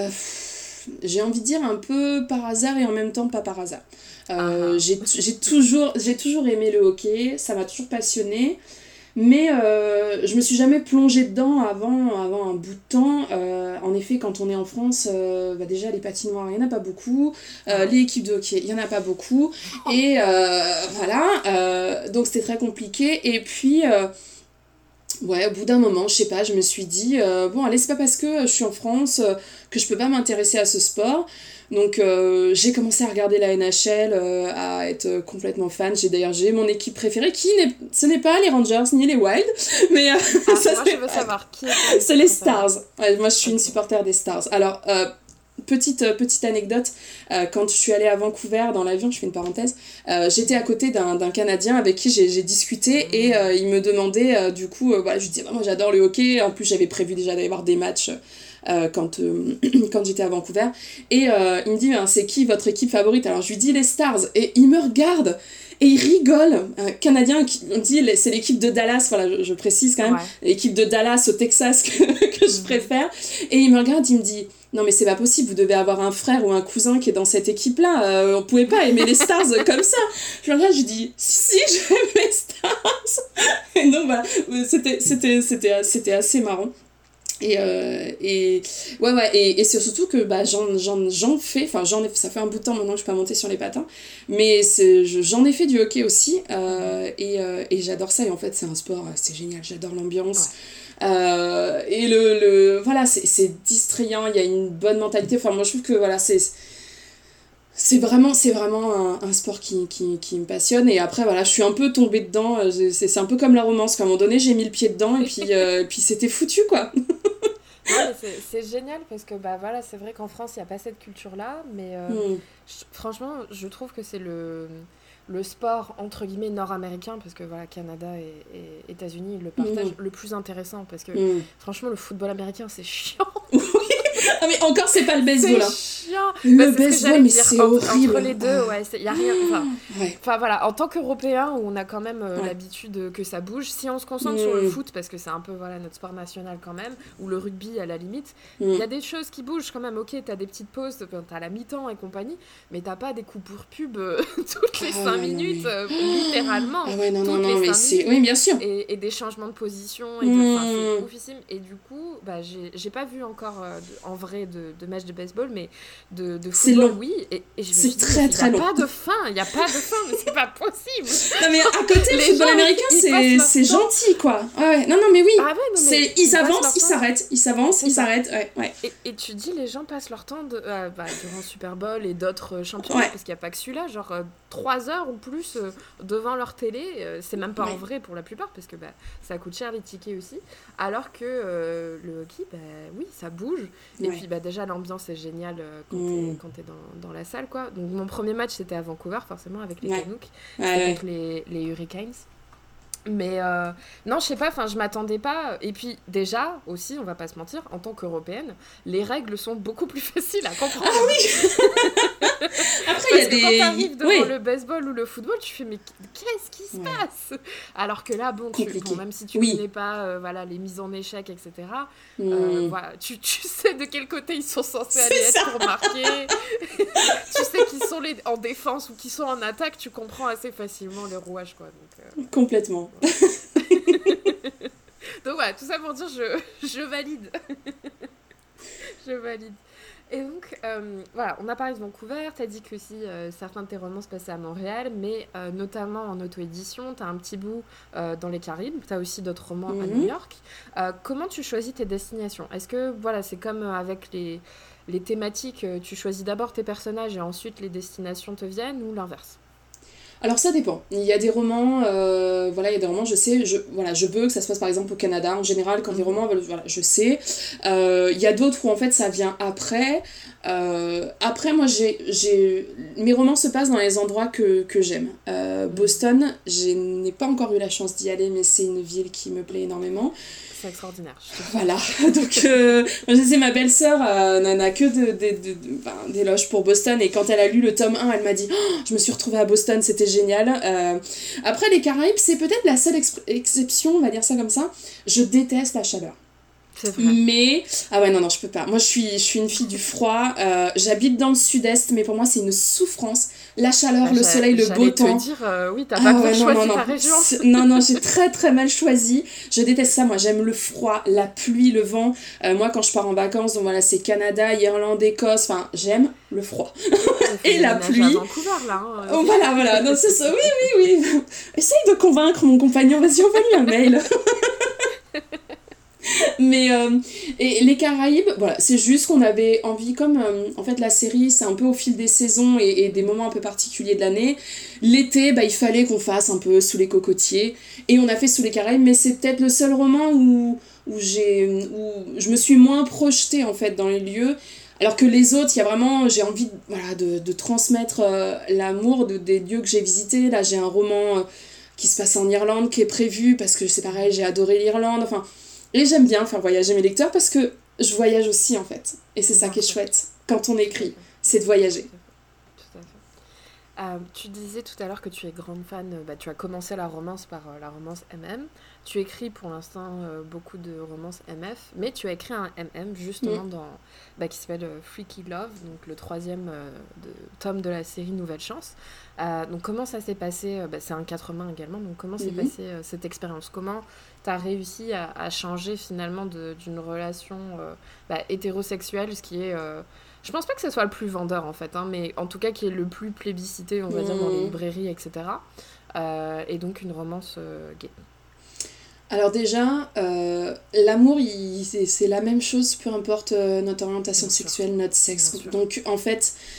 J'ai envie de dire un peu par hasard et en même temps pas par hasard. J'ai toujours aimé le hockey. Ça m'a toujours passionnée. Mais je me suis jamais plongée dedans avant un bout de temps. En effet, quand on est en France, déjà les patinoires, il n'y en a pas beaucoup. Les équipes de hockey, il n'y en a pas beaucoup. Et voilà, donc c'était très compliqué. Et puis, au bout d'un moment, je sais pas, je me suis dit, allez, c'est pas parce que je suis en France que je peux pas m'intéresser à ce sport. Donc j'ai commencé à regarder la NHL, à être complètement fan. J'ai mon équipe préférée ce n'est pas les Rangers ni les Wild, mais moi je veux savoir qui c'est les Stars. Ouais, moi je suis une supporter des Stars. Alors petite anecdote, quand je suis allée à Vancouver dans l'avion, je fais une parenthèse, j'étais à côté d'un Canadien avec qui j'ai discuté et il me demandait du coup, je lui disais moi j'adore le hockey, en plus j'avais prévu déjà d'aller voir des matchs quand j'étais à Vancouver et il me dit c'est qui votre équipe favorite, alors je lui dis les Stars et il me regarde et il rigole, un Canadien qui me dit c'est l'équipe de Dallas, voilà je précise quand même, l'équipe de Dallas au Texas que je préfère, et il me regarde, il me dit non mais c'est pas possible, vous devez avoir un frère ou un cousin qui est dans cette équipe là, on pouvait pas aimer les Stars comme ça. Je regarde, je dis si j'aime les Stars. Et donc voilà, c'était assez marrant. Et c'est surtout que j'en fais, ça fait un bout de temps maintenant que je peux pas monter sur les patins, mais j'en ai fait du hockey aussi, et j'adore ça, et en fait c'est un sport, c'est génial, j'adore l'ambiance. Et voilà, c'est distrayant, il y a une bonne mentalité, enfin moi je trouve que voilà, C'est vraiment un sport qui me passionne. Et après, voilà, je suis un peu tombée dedans. C'est un peu comme la romance. À un moment donné, j'ai mis le pied dedans et puis c'était foutu, quoi. Non, mais c'est génial parce que bah voilà, c'est vrai qu'en France, il n'y a pas cette culture-là, mais Hmm. franchement, je trouve que c'est le sport entre guillemets nord-américain, parce que voilà, Canada et États-Unis ils le Hmm. partagent, le plus intéressant parce que Hmm. franchement, le football américain c'est chiant. Ah, mais encore, c'est pas le baseball, C'est hein. chiant. Bah, Le c'est ce que baseball, j'allais mais dire. c'est Entre horrible. les deux, ouais, il y a rien. Ouais. Enfin voilà, en tant qu'Européens, où on a quand même Ouais. l'habitude que ça bouge, si on se concentre sur le Hmm. foot, parce que c'est un peu voilà, notre sport national quand même, ou le rugby à la limite, il Hmm. y a des choses qui bougent quand même. Ok, t'as des petites pauses, t'as la mi-temps et compagnie, mais t'as pas des coupures pub toutes les Ah 5 ouais, non, minutes, mais... littéralement, Ah ouais, non, non, toutes non, les mais 5 c'est... minutes. Oui, bien sûr. Et des changements de position, enfin, c'est Hmm. oufissime. Et du coup, bah, j'ai pas vu encore en vrai de match de baseball, mais de C'est football, long. oui. Et je me C'est suis dit, mais très, il n'y a très long. pas de fin, il n'y a pas de fin, mais c'est pas possible. Non, mais à côté, le Les football gens, américain, ils passent leur c'est temps. gentil, quoi. Ah ouais, non, non, mais oui. Ah ouais, non, mais Ils ils passent avancent, leur ils temps. s'arrêtent, ils s'avancent, C'est ils ça. s'arrêtent. Ouais, ouais. Et tu dis, les gens passent leur temps bah, durant Super Bowl et d'autres championnats, Ouais, parce qu'il n'y a pas que celui-là, genre 3 heures ou plus devant leur télé, c'est même pas en ouais. vrai pour la plupart, parce que bah, ça coûte cher les tickets aussi, alors que le hockey, bah, oui, ça bouge, et Ouais. puis bah, déjà l'ambiance est géniale Hmm. quand t'es dans la salle, quoi. Donc mon premier match c'était à Vancouver, forcément, avec les Ouais, Canucks, ouais, c'était ouais. contre les Hurricanes. Mais non, je sais pas, enfin, je m'attendais pas. Et puis, déjà, aussi, on va pas se mentir, en tant qu'Européenne, les règles sont beaucoup plus faciles à Ah comprendre. oui. Après, il y Parce a que quand des... t'arrives devant Oui, le baseball ou le football, tu fais, mais qu'est-ce qui se ouais. passe? Alors que là, bon, Compliqué. même si tu Oui. connais pas voilà, les mises en échec, etc., Hmm. voilà, tu sais de quel côté ils sont censés aller C'est ça. être pour marquer. Tu sais qu'ils sont en défense ou qu'ils sont en attaque, tu comprends assez facilement les rouages, quoi. Complètement. Voilà. Donc voilà, tout ça pour dire, je valide. Je valide. Et donc, voilà, on a parlé de Vancouver, t'as dit que aussi certains de tes romans se passaient à Montréal, mais notamment en auto-édition, t'as un petit bout dans les Caraïbes, t'as aussi d'autres romans à New Mhm. York. Comment tu choisis tes destinations? Est-ce que, voilà, c'est comme avec les thématiques, tu choisis d'abord tes personnages et ensuite les destinations te viennent, ou l'inverse? Alors ça dépend. Il y a des romans, voilà, il y a des romans, je sais, voilà, je veux que ça se passe par exemple au Canada. En général, quand les Mhm. romans, voilà, je sais. Il y a d'autres où en fait ça vient après. Après, moi, mes romans se passent dans les endroits que j'aime. Mhm. Boston, je n'ai pas encore eu la chance d'y aller, mais c'est une ville qui me plaît énormément. C'est extraordinaire, je te le Voilà, confirme. donc moi, je sais, ma belle-sœur n'a que d'éloges pour Boston, et quand elle a lu le tome 1, elle m'a dit oh, je me suis retrouvée à Boston, c'était génial. Après, les Caraïbes, c'est peut-être la seule exception, on va dire ça comme ça. Je déteste la chaleur. C'est vrai. Mais, ah ouais, non, non, je peux pas. Moi, je suis une fille du froid. J'habite dans le sud-est, mais pour moi, c'est une souffrance. La chaleur, Bah, le soleil, le beau j'allais te temps. dire, oui, t'as pas Ah bien ouais, non, non, choisi non. ta région. Non, non, j'ai très très mal choisi. Je déteste ça, moi. J'aime le froid, la pluie, le vent. Moi, quand je pars en vacances, donc voilà, c'est Canada, Irlande, Écosse. Enfin, j'aime le froid. Il faut Et la déménager à pluie. Vancouver, là. Oh, voilà, voilà. Non, c'est ça. Oui, oui, oui. Essaye de convaincre mon compagnon. Vas-y, envoie-lui un mail. Mais et les Caraïbes, voilà, c'est juste qu'on avait envie, comme en fait la série c'est un peu au fil des saisons et des moments un peu particuliers de l'année. L'été, bah, il fallait qu'on fasse un peu sous les cocotiers et on a fait sous les Caraïbes, mais c'est peut-être le seul roman où je me suis moins projetée en fait dans les lieux. Alors que les autres, il y a vraiment, j'ai envie voilà, de transmettre l'amour des lieux que j'ai visités. Là, j'ai un roman qui se passe en Irlande qui est prévu parce que c'est pareil, j'ai adoré l'Irlande. Enfin, et j'aime bien faire voyager mes lecteurs parce que je voyage aussi en fait. Et c'est ça Bien qui est sûr, chouette quand on tout à écrit, fait. c'est de voyager. Tout à fait. Tout à fait. Tu disais tout à l'heure que tu es grande fan, bah, tu as commencé la romance par la romance MM. Tu écris pour l'instant beaucoup de romances MF, mais tu as écrit un MM Mm. justement bah, qui s'appelle Freaky Love, donc le troisième tome de la série Nouvelle Chance. Donc comment ça s'est passé bah, c'est un 80 également, donc comment s'est Mhm. passée cette expérience? Comment tu as réussi à changer finalement d'une relation bah, hétérosexuelle, ce qui est je pense pas que ce soit le plus vendeur en fait, hein, mais en tout cas qui est le plus plébiscité, on va dire, dans les Mm. librairies, etc. Et donc une romance gay. Alors déjà, l'amour, c'est la même chose, peu importe notre orientation Bien sûr, sexuelle, notre bien sexe. sûr. Donc en fait,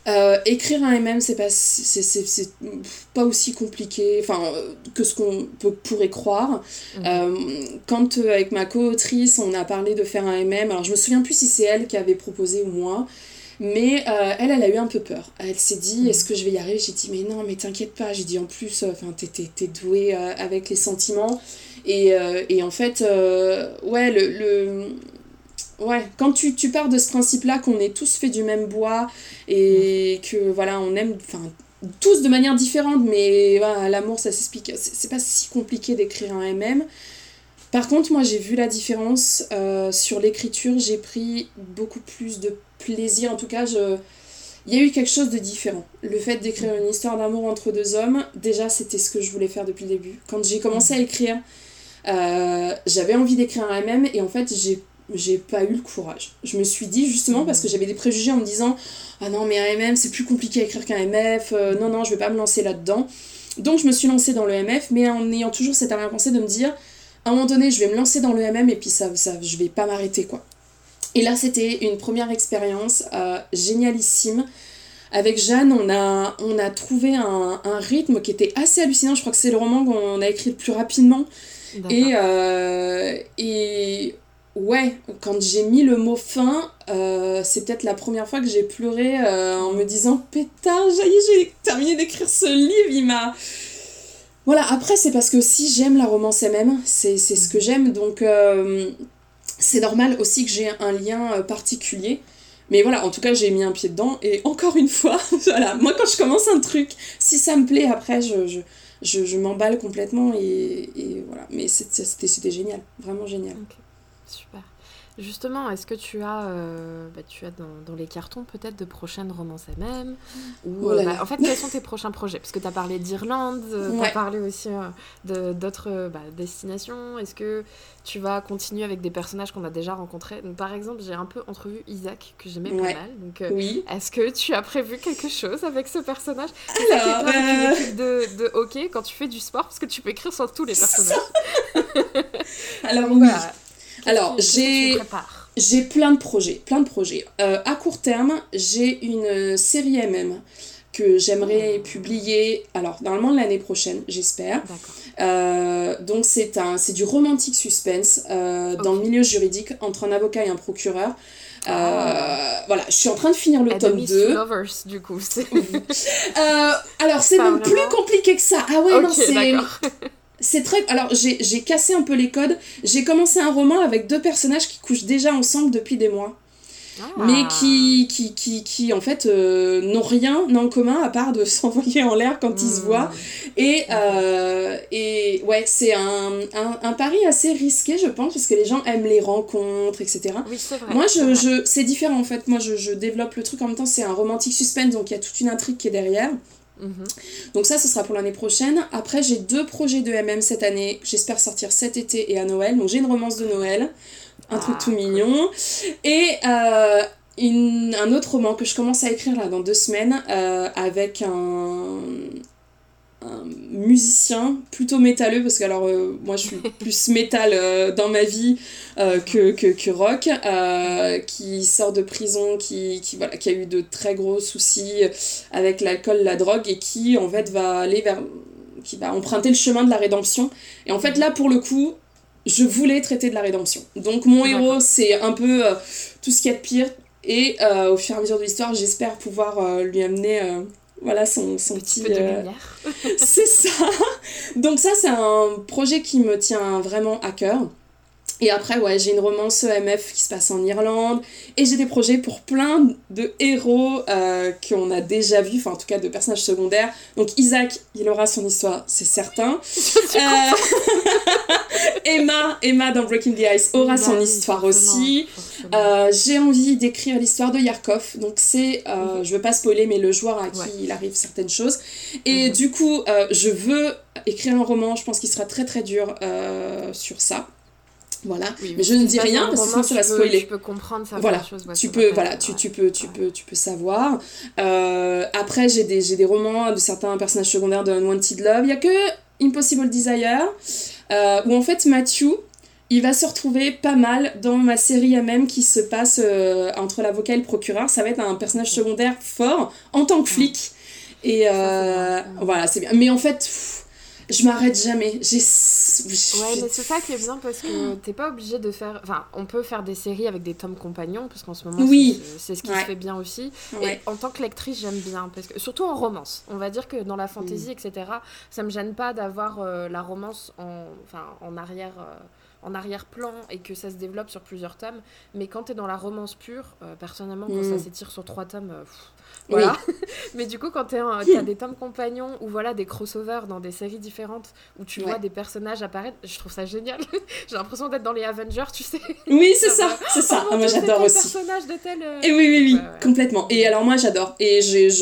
Écrire un MM, c'est pas aussi compliqué que ce qu'on pourrait croire. Quand avec ma co-autrice, on a parlé de faire un MM, alors je me souviens plus si c'est elle qui avait proposé ou moi, mais elle a eu un peu peur. Elle s'est dit, est-ce que je vais y arriver? J'ai dit, mais non, mais t'inquiète pas. J'ai dit, en plus, t'es douée avec les sentiments. Et en fait, ouais, ouais, quand tu pars de ce principe-là qu'on est tous faits du même bois et que voilà, on aime tous de manière différente, mais voilà, l'amour ça s'explique, c'est pas si compliqué d'écrire un MM. Par contre, moi j'ai vu la différence sur l'écriture, j'ai pris beaucoup plus de plaisir, en tout cas il y a eu quelque chose de différent. Le fait d'écrire une histoire d'amour entre deux hommes, déjà c'était ce que je voulais faire depuis le début. Quand j'ai commencé à écrire, j'avais envie d'écrire un MM et en fait j'ai pas eu le courage. Je me suis dit justement parce que j'avais des préjugés en me disant ah non mais un MM c'est plus compliqué à écrire qu'un MF, non je vais pas me lancer là-dedans. Donc je me suis lancée dans le MF mais en ayant toujours cette arrière-pensée de me dire à un moment donné je vais me lancer dans le MM et puis ça je vais pas m'arrêter quoi. Et là c'était une première expérience génialissime. Avec Jeanne on a trouvé un rythme qui était assez hallucinant. Je crois que c'est le roman qu'on a écrit le plus rapidement. Et ouais, quand j'ai mis le mot fin, c'est peut-être la première fois que j'ai pleuré en me disant pétard, j'ai terminé d'écrire ce livre, il m'a... Voilà, après c'est parce que si j'aime la romance MM, c'est ce que j'aime, donc c'est normal aussi que j'ai un lien particulier. Mais voilà, en tout cas j'ai mis un pied dedans, et encore une fois, voilà, moi quand je commence un truc, si ça me plaît, après je m'emballe complètement, et voilà, mais c'était génial, vraiment génial. Okay. Super. Justement, est-ce que tu as dans les cartons peut-être de prochaines romances MM ou en fait, quels sont tes prochains projets? Parce que tu as parlé d'Irlande, tu as parlé aussi d'autres destinations. Est-ce que tu vas continuer avec des personnages qu'on a déjà rencontrés? Donc, par exemple, j'ai un peu entrevu Isaac, que j'aimais pas mal. Donc, est-ce que tu as prévu quelque chose avec ce personnage? Alors, toi, avec une équipe de hockey, quand tu fais du sport, parce que tu peux écrire sur tous les personnages. Alors, oui. Alors, j'ai plein de projets. À court terme, j'ai une série MM que j'aimerais publier, alors normalement l'année prochaine, j'espère. Donc c'est du romantique suspense dans le milieu juridique entre un avocat et un procureur. Voilà, je suis en train de finir le tome 2. Lovers, du coup. Alors c'est même plus compliqué que ça. Ah ouais, non, c'est... D'accord. C'est très... Alors, j'ai cassé un peu les codes. J'ai commencé un roman avec deux personnages qui couchent déjà ensemble depuis des mois. Mais qui en fait, n'ont rien en commun à part de s'envoyer en l'air quand ils se voient. Et ouais, c'est un pari assez risqué, je pense, parce que les gens aiment les rencontres, etc. Oui, c'est vrai. Moi, c'est différent, en fait. Moi, je développe le truc en même temps. C'est un romantique suspense, donc il y a toute une intrigue qui est derrière. Donc ça, ce sera pour l'année prochaine. Après, j'ai 2 projets de MM cette année. J'espère sortir cet été et à Noël. Donc j'ai une romance de Noël, un truc tout mignon. Et un autre roman que je commence à écrire là dans 2 semaines avec un musicien plutôt métalleux, parce que alors moi je suis plus métal dans ma vie que rock, qui sort de prison, qui a eu de très gros soucis avec l'alcool, la drogue, et qui en fait qui va emprunter le chemin de la rédemption. Et en fait là pour le coup je voulais traiter de la rédemption, donc mon héros c'est un peu tout ce qu'il y a de pire, et au fur et à mesure de l'histoire j'espère pouvoir lui amener voilà son petit peu de lumière. C'est ça. Donc ça c'est un projet qui me tient vraiment à cœur. Et après, ouais, j'ai une romance MF qui se passe en Irlande, et j'ai des projets pour plein de héros qu'on a déjà vus, enfin en tout cas de personnages secondaires. Donc Isaac, il aura son histoire, c'est certain. Emma dans Breaking the Ice aura son histoire aussi. J'ai envie d'écrire l'histoire de Yarkov, donc c'est, je veux pas spoiler, mais le joueur à qui il arrive certaines choses. Et du coup, je veux écrire un roman, je pense qu'il sera très très dur sur ça. Voilà, oui, mais je ne dis rien parce que sinon ça va spoiler. Tu peux comprendre certaines voilà. choses. Tu peux savoir. Après, j'ai des romans de certains personnages secondaires de Unwanted Love. Il n'y a que Impossible Desire, où en fait Matthew, il va se retrouver pas mal dans ma série MM qui se passe entre l'avocat et le procureur. Ça va être un personnage secondaire fort en tant que flic. Et voilà, c'est bien. Mais en fait, je m'arrête jamais. Ouais, mais c'est ça qui est bien parce que t'es pas obligé de faire... Enfin, on peut faire des séries avec des tomes compagnons parce qu'en ce moment, c'est ce qui se fait bien aussi. Et en tant que lectrice, j'aime bien. Parce que, surtout en romance. On va dire que dans la fantasy, etc., ça me gêne pas d'avoir la romance en arrière-plan et que ça se développe sur plusieurs tomes. Mais quand t'es dans la romance pure, personnellement, quand ça s'étire sur 3 tomes... voilà. Mais du coup, quand t'as des tomes compagnons ou voilà, des crossovers dans des séries différentes où tu vois des personnages apparaître, je trouve ça génial. J'ai l'impression d'être dans les Avengers, tu sais. Oui, c'est ça. Ah, moi, j'adore aussi. Personnage de tel... Et oui, complètement. Et alors, moi, j'adore. Et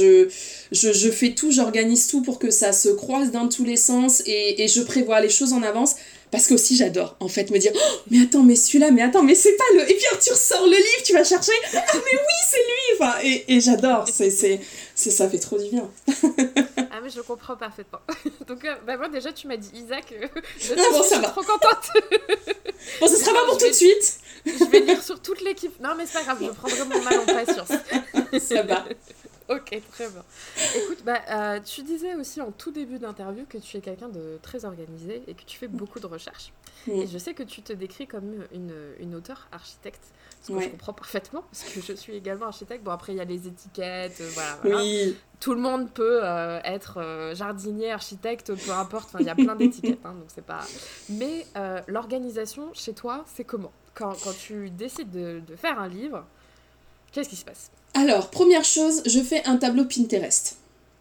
je fais tout, j'organise tout pour que ça se croise dans tous les sens et je prévois les choses en avance. Parce que aussi j'adore en fait me dire mais attends mais celui-là mais attends mais c'est pas le et puis Arthur sort le livre tu vas chercher mais oui c'est lui enfin et j'adore c'est ça fait trop du bien. Ah mais je comprends parfaitement. Donc moi déjà tu m'as dit Isaac je suis trop contente. Bon ce sera pas pour tout de suite. Je vais lire sur toute l'équipe. Non mais c'est pas grave je prendrai mon mal en patience. Ça va. Ok, très bien. Écoute, tu disais aussi en tout début d'interview que tu es quelqu'un de très organisé et que tu fais beaucoup de recherches. Et je sais que tu te décris comme une auteure architecte, ce que je comprends parfaitement, parce que je suis également architecte. Bon, après, il y a les étiquettes, voilà. Oui. Tout le monde peut être jardinier, architecte, peu importe. Enfin, il y a plein d'étiquettes, hein, donc c'est pas... Mais l'organisation, chez toi, c'est comment ? Quand tu décides de faire un livre, qu'est-ce qui se passe ? Alors, première chose, je fais un tableau Pinterest.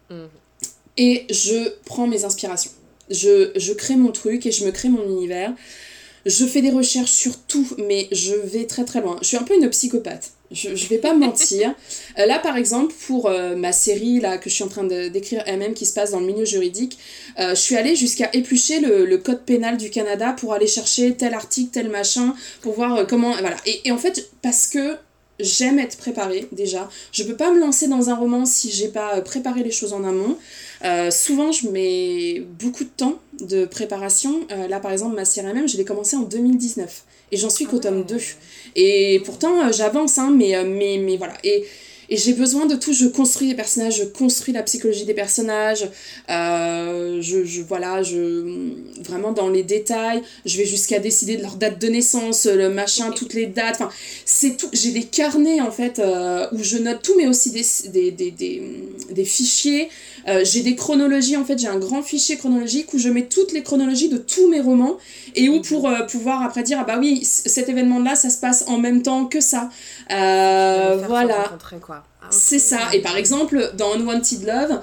Et je prends mes inspirations. Je crée mon truc et je me crée mon univers. Je fais des recherches sur tout, mais je vais très très loin. Je suis un peu une psychopathe. Je vais pas me mentir. Là, par exemple, pour ma série là, que je suis en train d'écrire elle-même, qui se passe dans le milieu juridique, je suis allée jusqu'à éplucher le code pénal du Canada pour aller chercher tel article, tel machin, pour voir comment... Voilà. Et en fait, parce que j'aime être préparée déjà. Je peux pas me lancer dans un roman si j'ai pas préparé les choses en amont. Souvent, je mets beaucoup de temps de préparation. Là, par exemple, ma série même, je l'ai commencée en 2019. Et j'en suis qu'au tome 2. Et pourtant, j'avance, hein, mais voilà. Et j'ai besoin de tout. Je construis les personnages, je construis la psychologie des personnages. Vraiment dans les détails. Je vais jusqu'à décider de leur date de naissance, le machin, toutes les dates. Enfin, c'est tout. J'ai des carnets, en fait, où je note tout, mais aussi des fichiers. J'ai des chronologies, en fait, j'ai un grand fichier chronologique où je mets toutes les chronologies de tous mes romans et où pour pouvoir après dire, ah bah oui, cet événement-là, ça se passe en même temps que ça. Voilà. Quoi. Ah, okay. C'est ça. Et par exemple, dans Unwanted Love,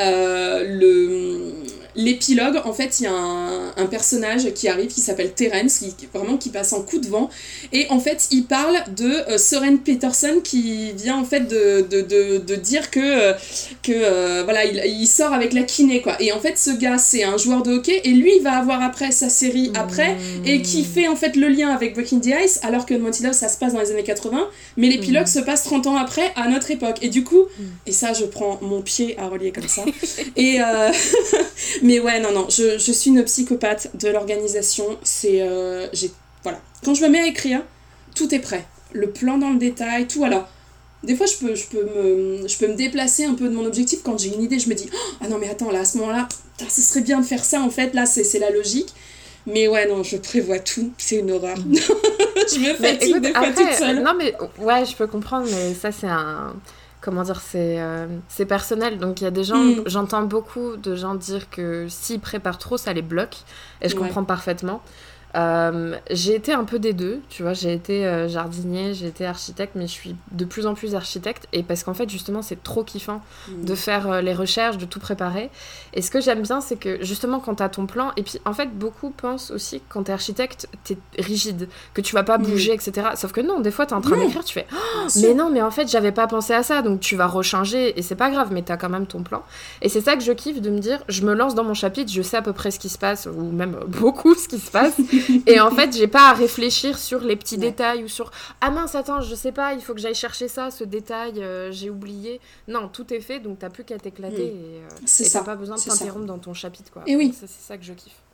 l'épilogue, en fait, il y a un personnage qui arrive, qui s'appelle Terence, qui passe en coup de vent. Et en fait, il parle de Søren Peterson qui vient en fait de dire que voilà, il sort avec la kiné, quoi. Et en fait, ce gars, c'est un joueur de hockey. Et lui, il va avoir après sa série après. Et qui fait en fait le lien avec Breaking the Ice, alors que Unwanted Love, ça se passe dans les années 80. Mais l'épilogue se passe 30 ans après, à notre époque. Et du coup, et ça, je prends mon pied à relier comme ça. Et... Mais ouais, non, je suis une psychopathe de l'organisation. Voilà. Quand je me mets à écrire, tout est prêt. Le plan dans le détail, tout. Alors, des fois, je peux me déplacer un peu de mon objectif quand j'ai une idée. Je me dis, ah non, mais attends, là, à ce moment-là, ce serait bien de faire ça, en fait. Là, c'est la logique. Mais ouais, non, je prévois tout. C'est une horreur. Je me fatigue des fois toute seule. Non, mais ouais, je peux comprendre, mais ça, c'est un... Comment dire, c'est personnel. Donc, il y a des gens... J'entends beaucoup de gens dire que s'ils préparent trop, ça les bloque. Et je comprends parfaitement. J'ai été un peu des deux, tu vois. J'ai été jardinier, j'ai été architecte, mais je suis de plus en plus architecte. Et parce qu'en fait, justement, c'est trop kiffant de faire les recherches, de tout préparer. Et ce que j'aime bien, c'est que justement, quand t'as ton plan... Et puis, en fait, beaucoup pensent aussi que quand t'es architecte, t'es rigide, que tu vas pas bouger, etc. Sauf que non, des fois, t'es en train d'écrire, tu fais mais non, mais en fait, j'avais pas pensé à ça. Donc, tu vas rechanger. Et c'est pas grave, mais t'as quand même ton plan. Et c'est ça que je kiffe, de me dire, je me lance dans mon chapitre, je sais à peu près ce qui se passe, ou même beaucoup ce qui se passe. Et en fait, j'ai pas à réfléchir sur les petits détails ou sur ah mince, attends, je sais pas, il faut que j'aille chercher ça, ce détail, j'ai oublié. Non, tout est fait, donc t'as plus qu'à t'éclater et t'as pas besoin de t'interrompre dans ton chapitre, quoi. Et oui. C'est ça que je kiffe.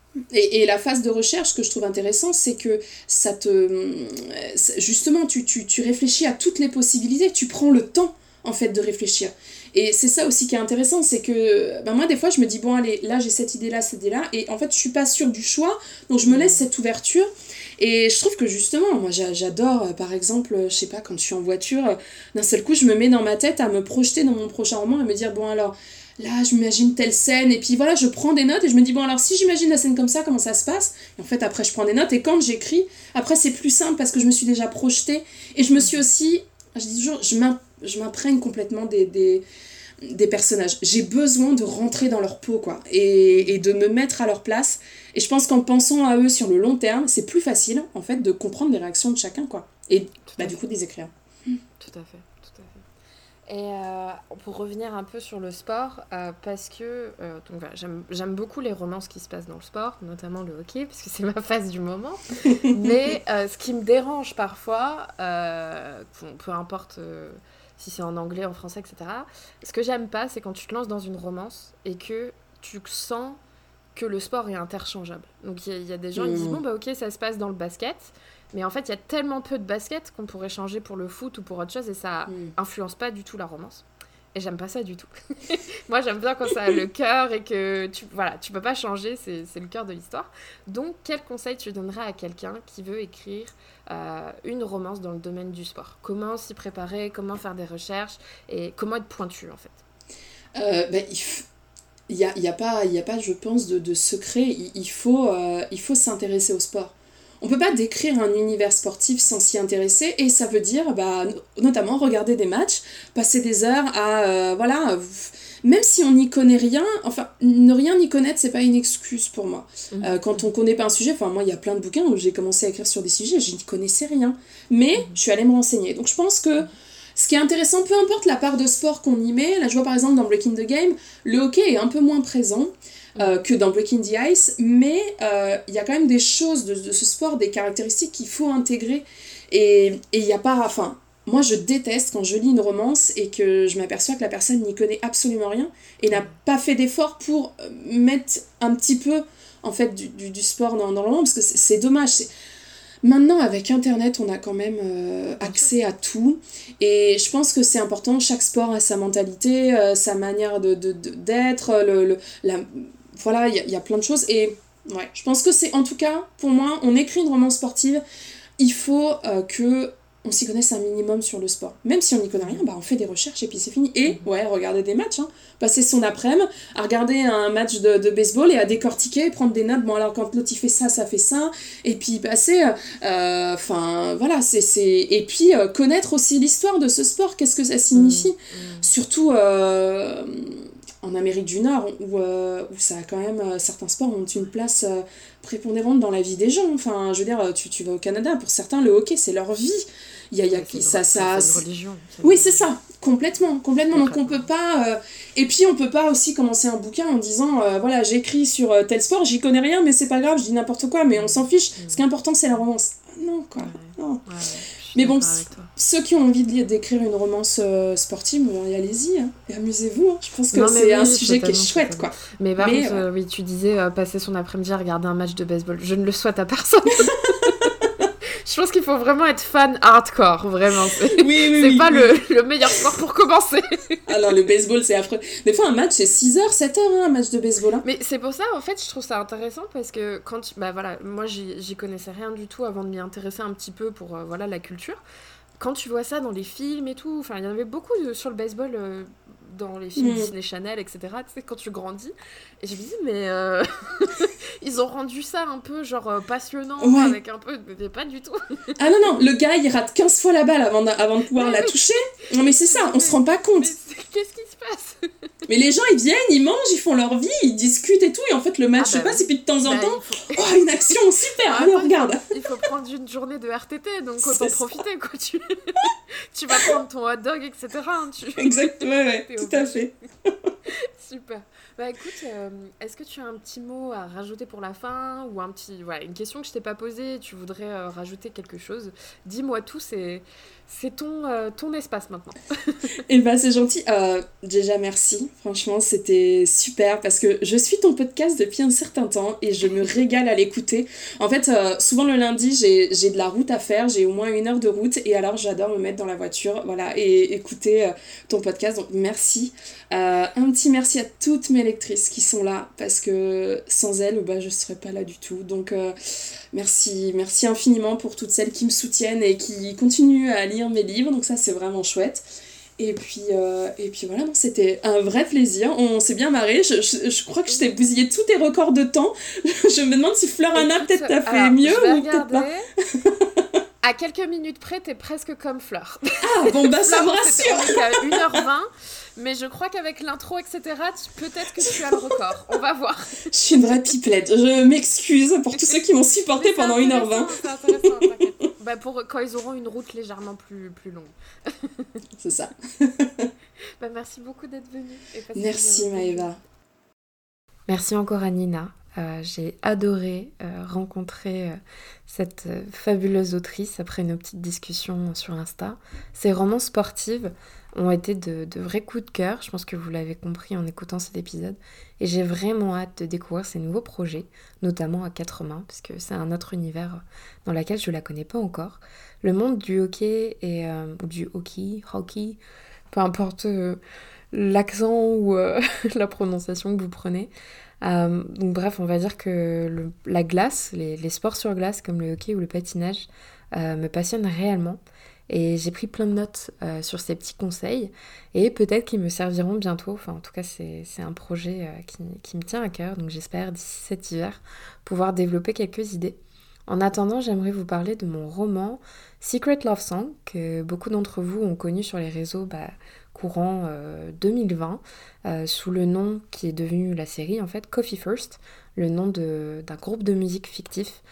Et la phase de recherche, ce que je trouve intéressant, c'est que ça te... Justement, tu réfléchis à toutes les possibilités, tu prends le temps, en fait, de réfléchir. Et c'est ça aussi qui est intéressant, c'est que moi, des fois, je me dis, bon, allez, là, j'ai cette idée-là, et en fait, je suis pas sûre du choix, donc je me laisse cette ouverture. Et je trouve que justement, moi, j'adore, par exemple, je sais pas, quand je suis en voiture, d'un seul coup, je me mets dans ma tête à me projeter dans mon prochain roman et me dire, bon, alors... Là, je m'imagine telle scène, et puis voilà, je prends des notes, et je me dis, bon, alors si j'imagine la scène comme ça, comment ça se passe? Et en fait, après, je prends des notes, et quand j'écris, après, c'est plus simple parce que je me suis déjà projetée, et je me suis aussi, je dis toujours, je m'imprègne complètement des personnages. J'ai besoin de rentrer dans leur peau, quoi, et de me mettre à leur place, et je pense qu'en pensant à eux sur le long terme, c'est plus facile, en fait, de comprendre les réactions de chacun, quoi, et du coup, des écrire. Tout à fait. Et pour revenir un peu sur le sport, parce que donc, voilà, j'aime beaucoup les romances qui se passent dans le sport, notamment le hockey, parce que c'est ma phase du moment. Mais ce qui me dérange parfois, peu importe si c'est en anglais, en français, etc., ce que j'aime pas, c'est quand tu te lances dans une romance et que tu sens que le sport est interchangeable. Donc il y a des gens qui disent, bon, bah ok, ça se passe dans le basket, mais en fait, il y a tellement peu de basket qu'on pourrait changer pour le foot ou pour autre chose et ça influence pas du tout la romance. Et j'aime pas ça du tout. Moi, j'aime bien quand ça a le cœur et que tu peux pas changer, c'est le cœur de l'histoire. Donc, quel conseil tu donnerais à quelqu'un qui veut écrire une romance dans le domaine du sport? Comment s'y préparer, comment faire des recherches et comment être pointu, en fait? Il y a pas, je pense, de secret. Il faut s'intéresser au sport. On peut pas décrire un univers sportif sans s'y intéresser, et ça veut dire notamment regarder des matchs, passer des heures à même si on n'y connaît rien, enfin ne rien y connaître, c'est pas une excuse pour moi. Quand on connaît pas un sujet, enfin moi il y a plein de bouquins où j'ai commencé à écrire sur des sujets, je n'y connaissais rien, mais je suis allée me renseigner. Donc je pense que ce qui est intéressant, peu importe la part de sport qu'on y met, là je vois par exemple dans Breaking the Game, le hockey est un peu moins présent que dans Breaking the Ice, mais il y a quand même des choses de ce sport, des caractéristiques qu'il faut intégrer, et il n'y a pas... Enfin, moi je déteste quand je lis une romance et que je m'aperçois que la personne n'y connaît absolument rien et n'a pas fait d'effort pour mettre un petit peu en fait du sport dans le roman, parce que c'est dommage. Maintenant, avec Internet, on a quand même accès à tout. Et je pense que c'est important, chaque sport a sa mentalité, sa manière d'être, voilà, il y a plein de choses. Et ouais, je pense que c'est, en tout cas, pour moi, on écrit une romance sportive, il faut que on s'y connaisse un minimum sur le sport. Même si on n'y connaît rien, on fait des recherches et puis c'est fini. Et regarder des matchs, passer son après-midi à regarder un match de baseball et à décortiquer, prendre des notes. Bon, alors quand l'autre il fait ça fait ça. Et puis passer... voilà, et puis connaître aussi l'histoire de ce sport, qu'est-ce que ça signifie. Surtout en Amérique du Nord, où ça a quand même... certains sports ont une place prépondérante dans la vie des gens. Enfin, je veux dire, tu vas au Canada, pour certains, le hockey, c'est leur vie. C'est une religion. Oui, c'est ça, complètement. Donc on peut pas... Et puis on peut pas aussi commencer un bouquin en disant, voilà, j'écris sur tel sport, j'y connais rien, mais c'est pas grave, je dis n'importe quoi, mais on s'en fiche. Ce qui est important, c'est la romance. Non, quoi. Non. Ouais, mais bon, ceux qui ont envie d'écrire une romance sportive, allez-y, et amusez-vous. Je pense que c'est un sujet qui est chouette, quoi. Mais par contre, oui, tu disais passer son après-midi à regarder un match de baseball. Je ne le souhaite à personne. Je pense qu'il faut vraiment être fan hardcore, vraiment. C'est pas le meilleur sport pour commencer. Alors, le baseball, c'est affreux. Des fois, un match, c'est 6h, 7h, un match de baseball. Mais c'est pour ça, en fait, je trouve ça intéressant parce que quand... moi, j'y connaissais rien du tout avant de m'y intéresser un petit peu pour, la culture. Quand tu vois ça dans les films et tout, enfin, il y en avait beaucoup sur le baseball... dans les films Disney Channel, etc., tu sais, quand tu grandis. Et je me dis, mais ils ont rendu ça un peu, genre, passionnant, avec un peu... Mais pas du tout. Ah non, le gars, il rate 15 fois la balle avant de pouvoir la toucher. Non, mais c'est ça, on se rend pas compte. Qu'est-ce qui se passe? Mais les gens, ils viennent, ils mangent, ils font leur vie, ils discutent et tout, et en fait, le match se passe, et puis de temps en temps, une action super, allez, on regarde. Il faut prendre une journée de RTT, donc autant profiter, quoi. Tu vas prendre ton hot dog, etc. Exactement, ouais, tout à fait. Super. Bah écoute, est-ce que tu as un petit mot à rajouter pour la fin ou voilà, une question que je t'ai pas posée, tu voudrais rajouter quelque chose? Dis-moi tout, c'est ton espace maintenant. Eh ben, c'est gentil. Déjà, merci. Franchement, c'était super parce que je suis ton podcast depuis un certain temps et je me régale à l'écouter. En fait, souvent le lundi, j'ai de la route à faire, j'ai au moins 1 heure de route et alors j'adore me mettre dans la voiture, voilà, et écouter ton podcast. Donc, merci. Un petit merci à toutes mes lectrices qui sont là parce que sans elles, bah, je serais pas là du tout. Donc, merci infiniment pour toutes celles qui me soutiennent et qui continuent à lire mes livres. Donc, ça, c'est vraiment chouette. Et puis voilà, non, c'était un vrai plaisir. On s'est bien marré. Je crois que je t'ai bousillé tous tes records de temps. Je me demande si Fleur Anna, peut-être, t'as fait mieux ou peut-être pas. À quelques minutes près, t'es presque comme Fleur. Ah, bon, bah ça me rassure. On est à 1h20, mais je crois qu'avec l'intro, etc., peut-être que tu as le record. On va voir. Je suis une vraie pipelette. Je m'excuse pour tous ceux qui m'ont supporté pendant 1h20. C'est intéressant, t'inquiète. Bah quand ils auront une route légèrement plus longue. C'est ça. Bah merci beaucoup d'être venue. Merci Maëva. Merci encore à Nina. J'ai adoré rencontrer cette fabuleuse autrice après nos petites discussions sur Insta. Ses romans sportives ont été de vrais coups de cœur, je pense que vous l'avez compris en écoutant cet épisode, et j'ai vraiment hâte de découvrir ses nouveaux projets, notamment à 4 mains, parce que c'est un autre univers dans lequel je la connais pas encore. Le monde du hockey ou du hockey, peu importe l'accent ou la prononciation que vous prenez. Donc bref, on va dire que la glace, les sports sur glace comme le hockey ou le patinage me passionnent réellement. Et j'ai pris plein de notes sur ces petits conseils et peut-être qu'ils me serviront bientôt. Enfin, en tout cas, c'est un projet qui me tient à cœur. Donc j'espère d'ici cet hiver pouvoir développer quelques idées. En attendant, j'aimerais vous parler de mon roman Secret Love Song que beaucoup d'entre vous ont connu sur les réseaux courant 2020 sous le nom qui est devenu la série en fait, Coffee First, le nom d'un groupe de musique fictif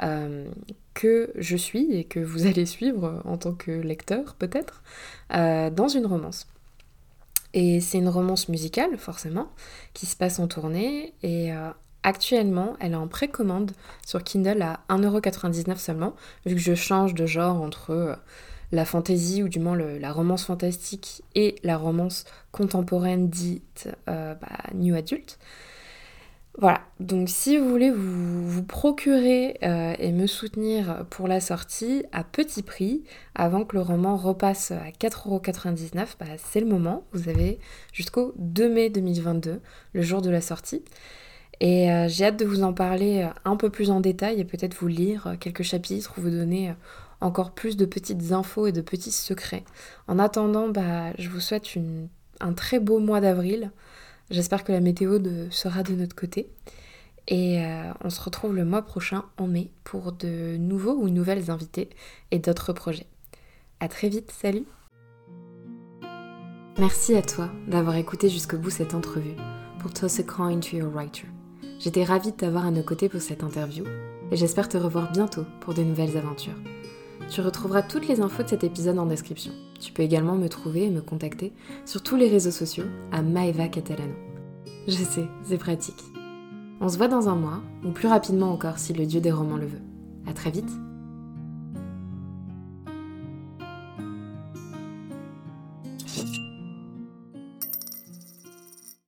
que je suis et que vous allez suivre en tant que lecteur peut-être dans une romance. Et c'est une romance musicale forcément qui se passe en tournée et actuellement elle est en précommande sur Kindle à 1,99€ seulement, vu que je change de genre entre la fantasy ou du moins la romance fantastique et la romance contemporaine dite new adult. Voilà, donc si vous voulez vous procurer et me soutenir pour la sortie à petit prix, avant que le roman repasse à 4,99€, c'est le moment. Vous avez jusqu'au 2 mai 2022, le jour de la sortie. Et j'ai hâte de vous en parler un peu plus en détail et peut-être vous lire quelques chapitres ou vous donner encore plus de petites infos et de petits secrets. En attendant, je vous souhaite un très beau mois d'avril. J'espère que la météo sera de notre côté. Et on se retrouve le mois prochain en mai pour de nouveaux ou nouvelles invités et d'autres projets. À très vite, salut! Merci à toi d'avoir écouté jusqu'au bout cette entrevue pour Toss a Coin to Your Writer. J'étais ravie de t'avoir à nos côtés pour cette interview et j'espère te revoir bientôt pour de nouvelles aventures. Tu retrouveras toutes les infos de cet épisode en description. Tu peux également me trouver et me contacter sur tous les réseaux sociaux à Maëva Catalano. Je sais, c'est pratique. On se voit dans un mois, ou plus rapidement encore si le dieu des romans le veut. À très vite!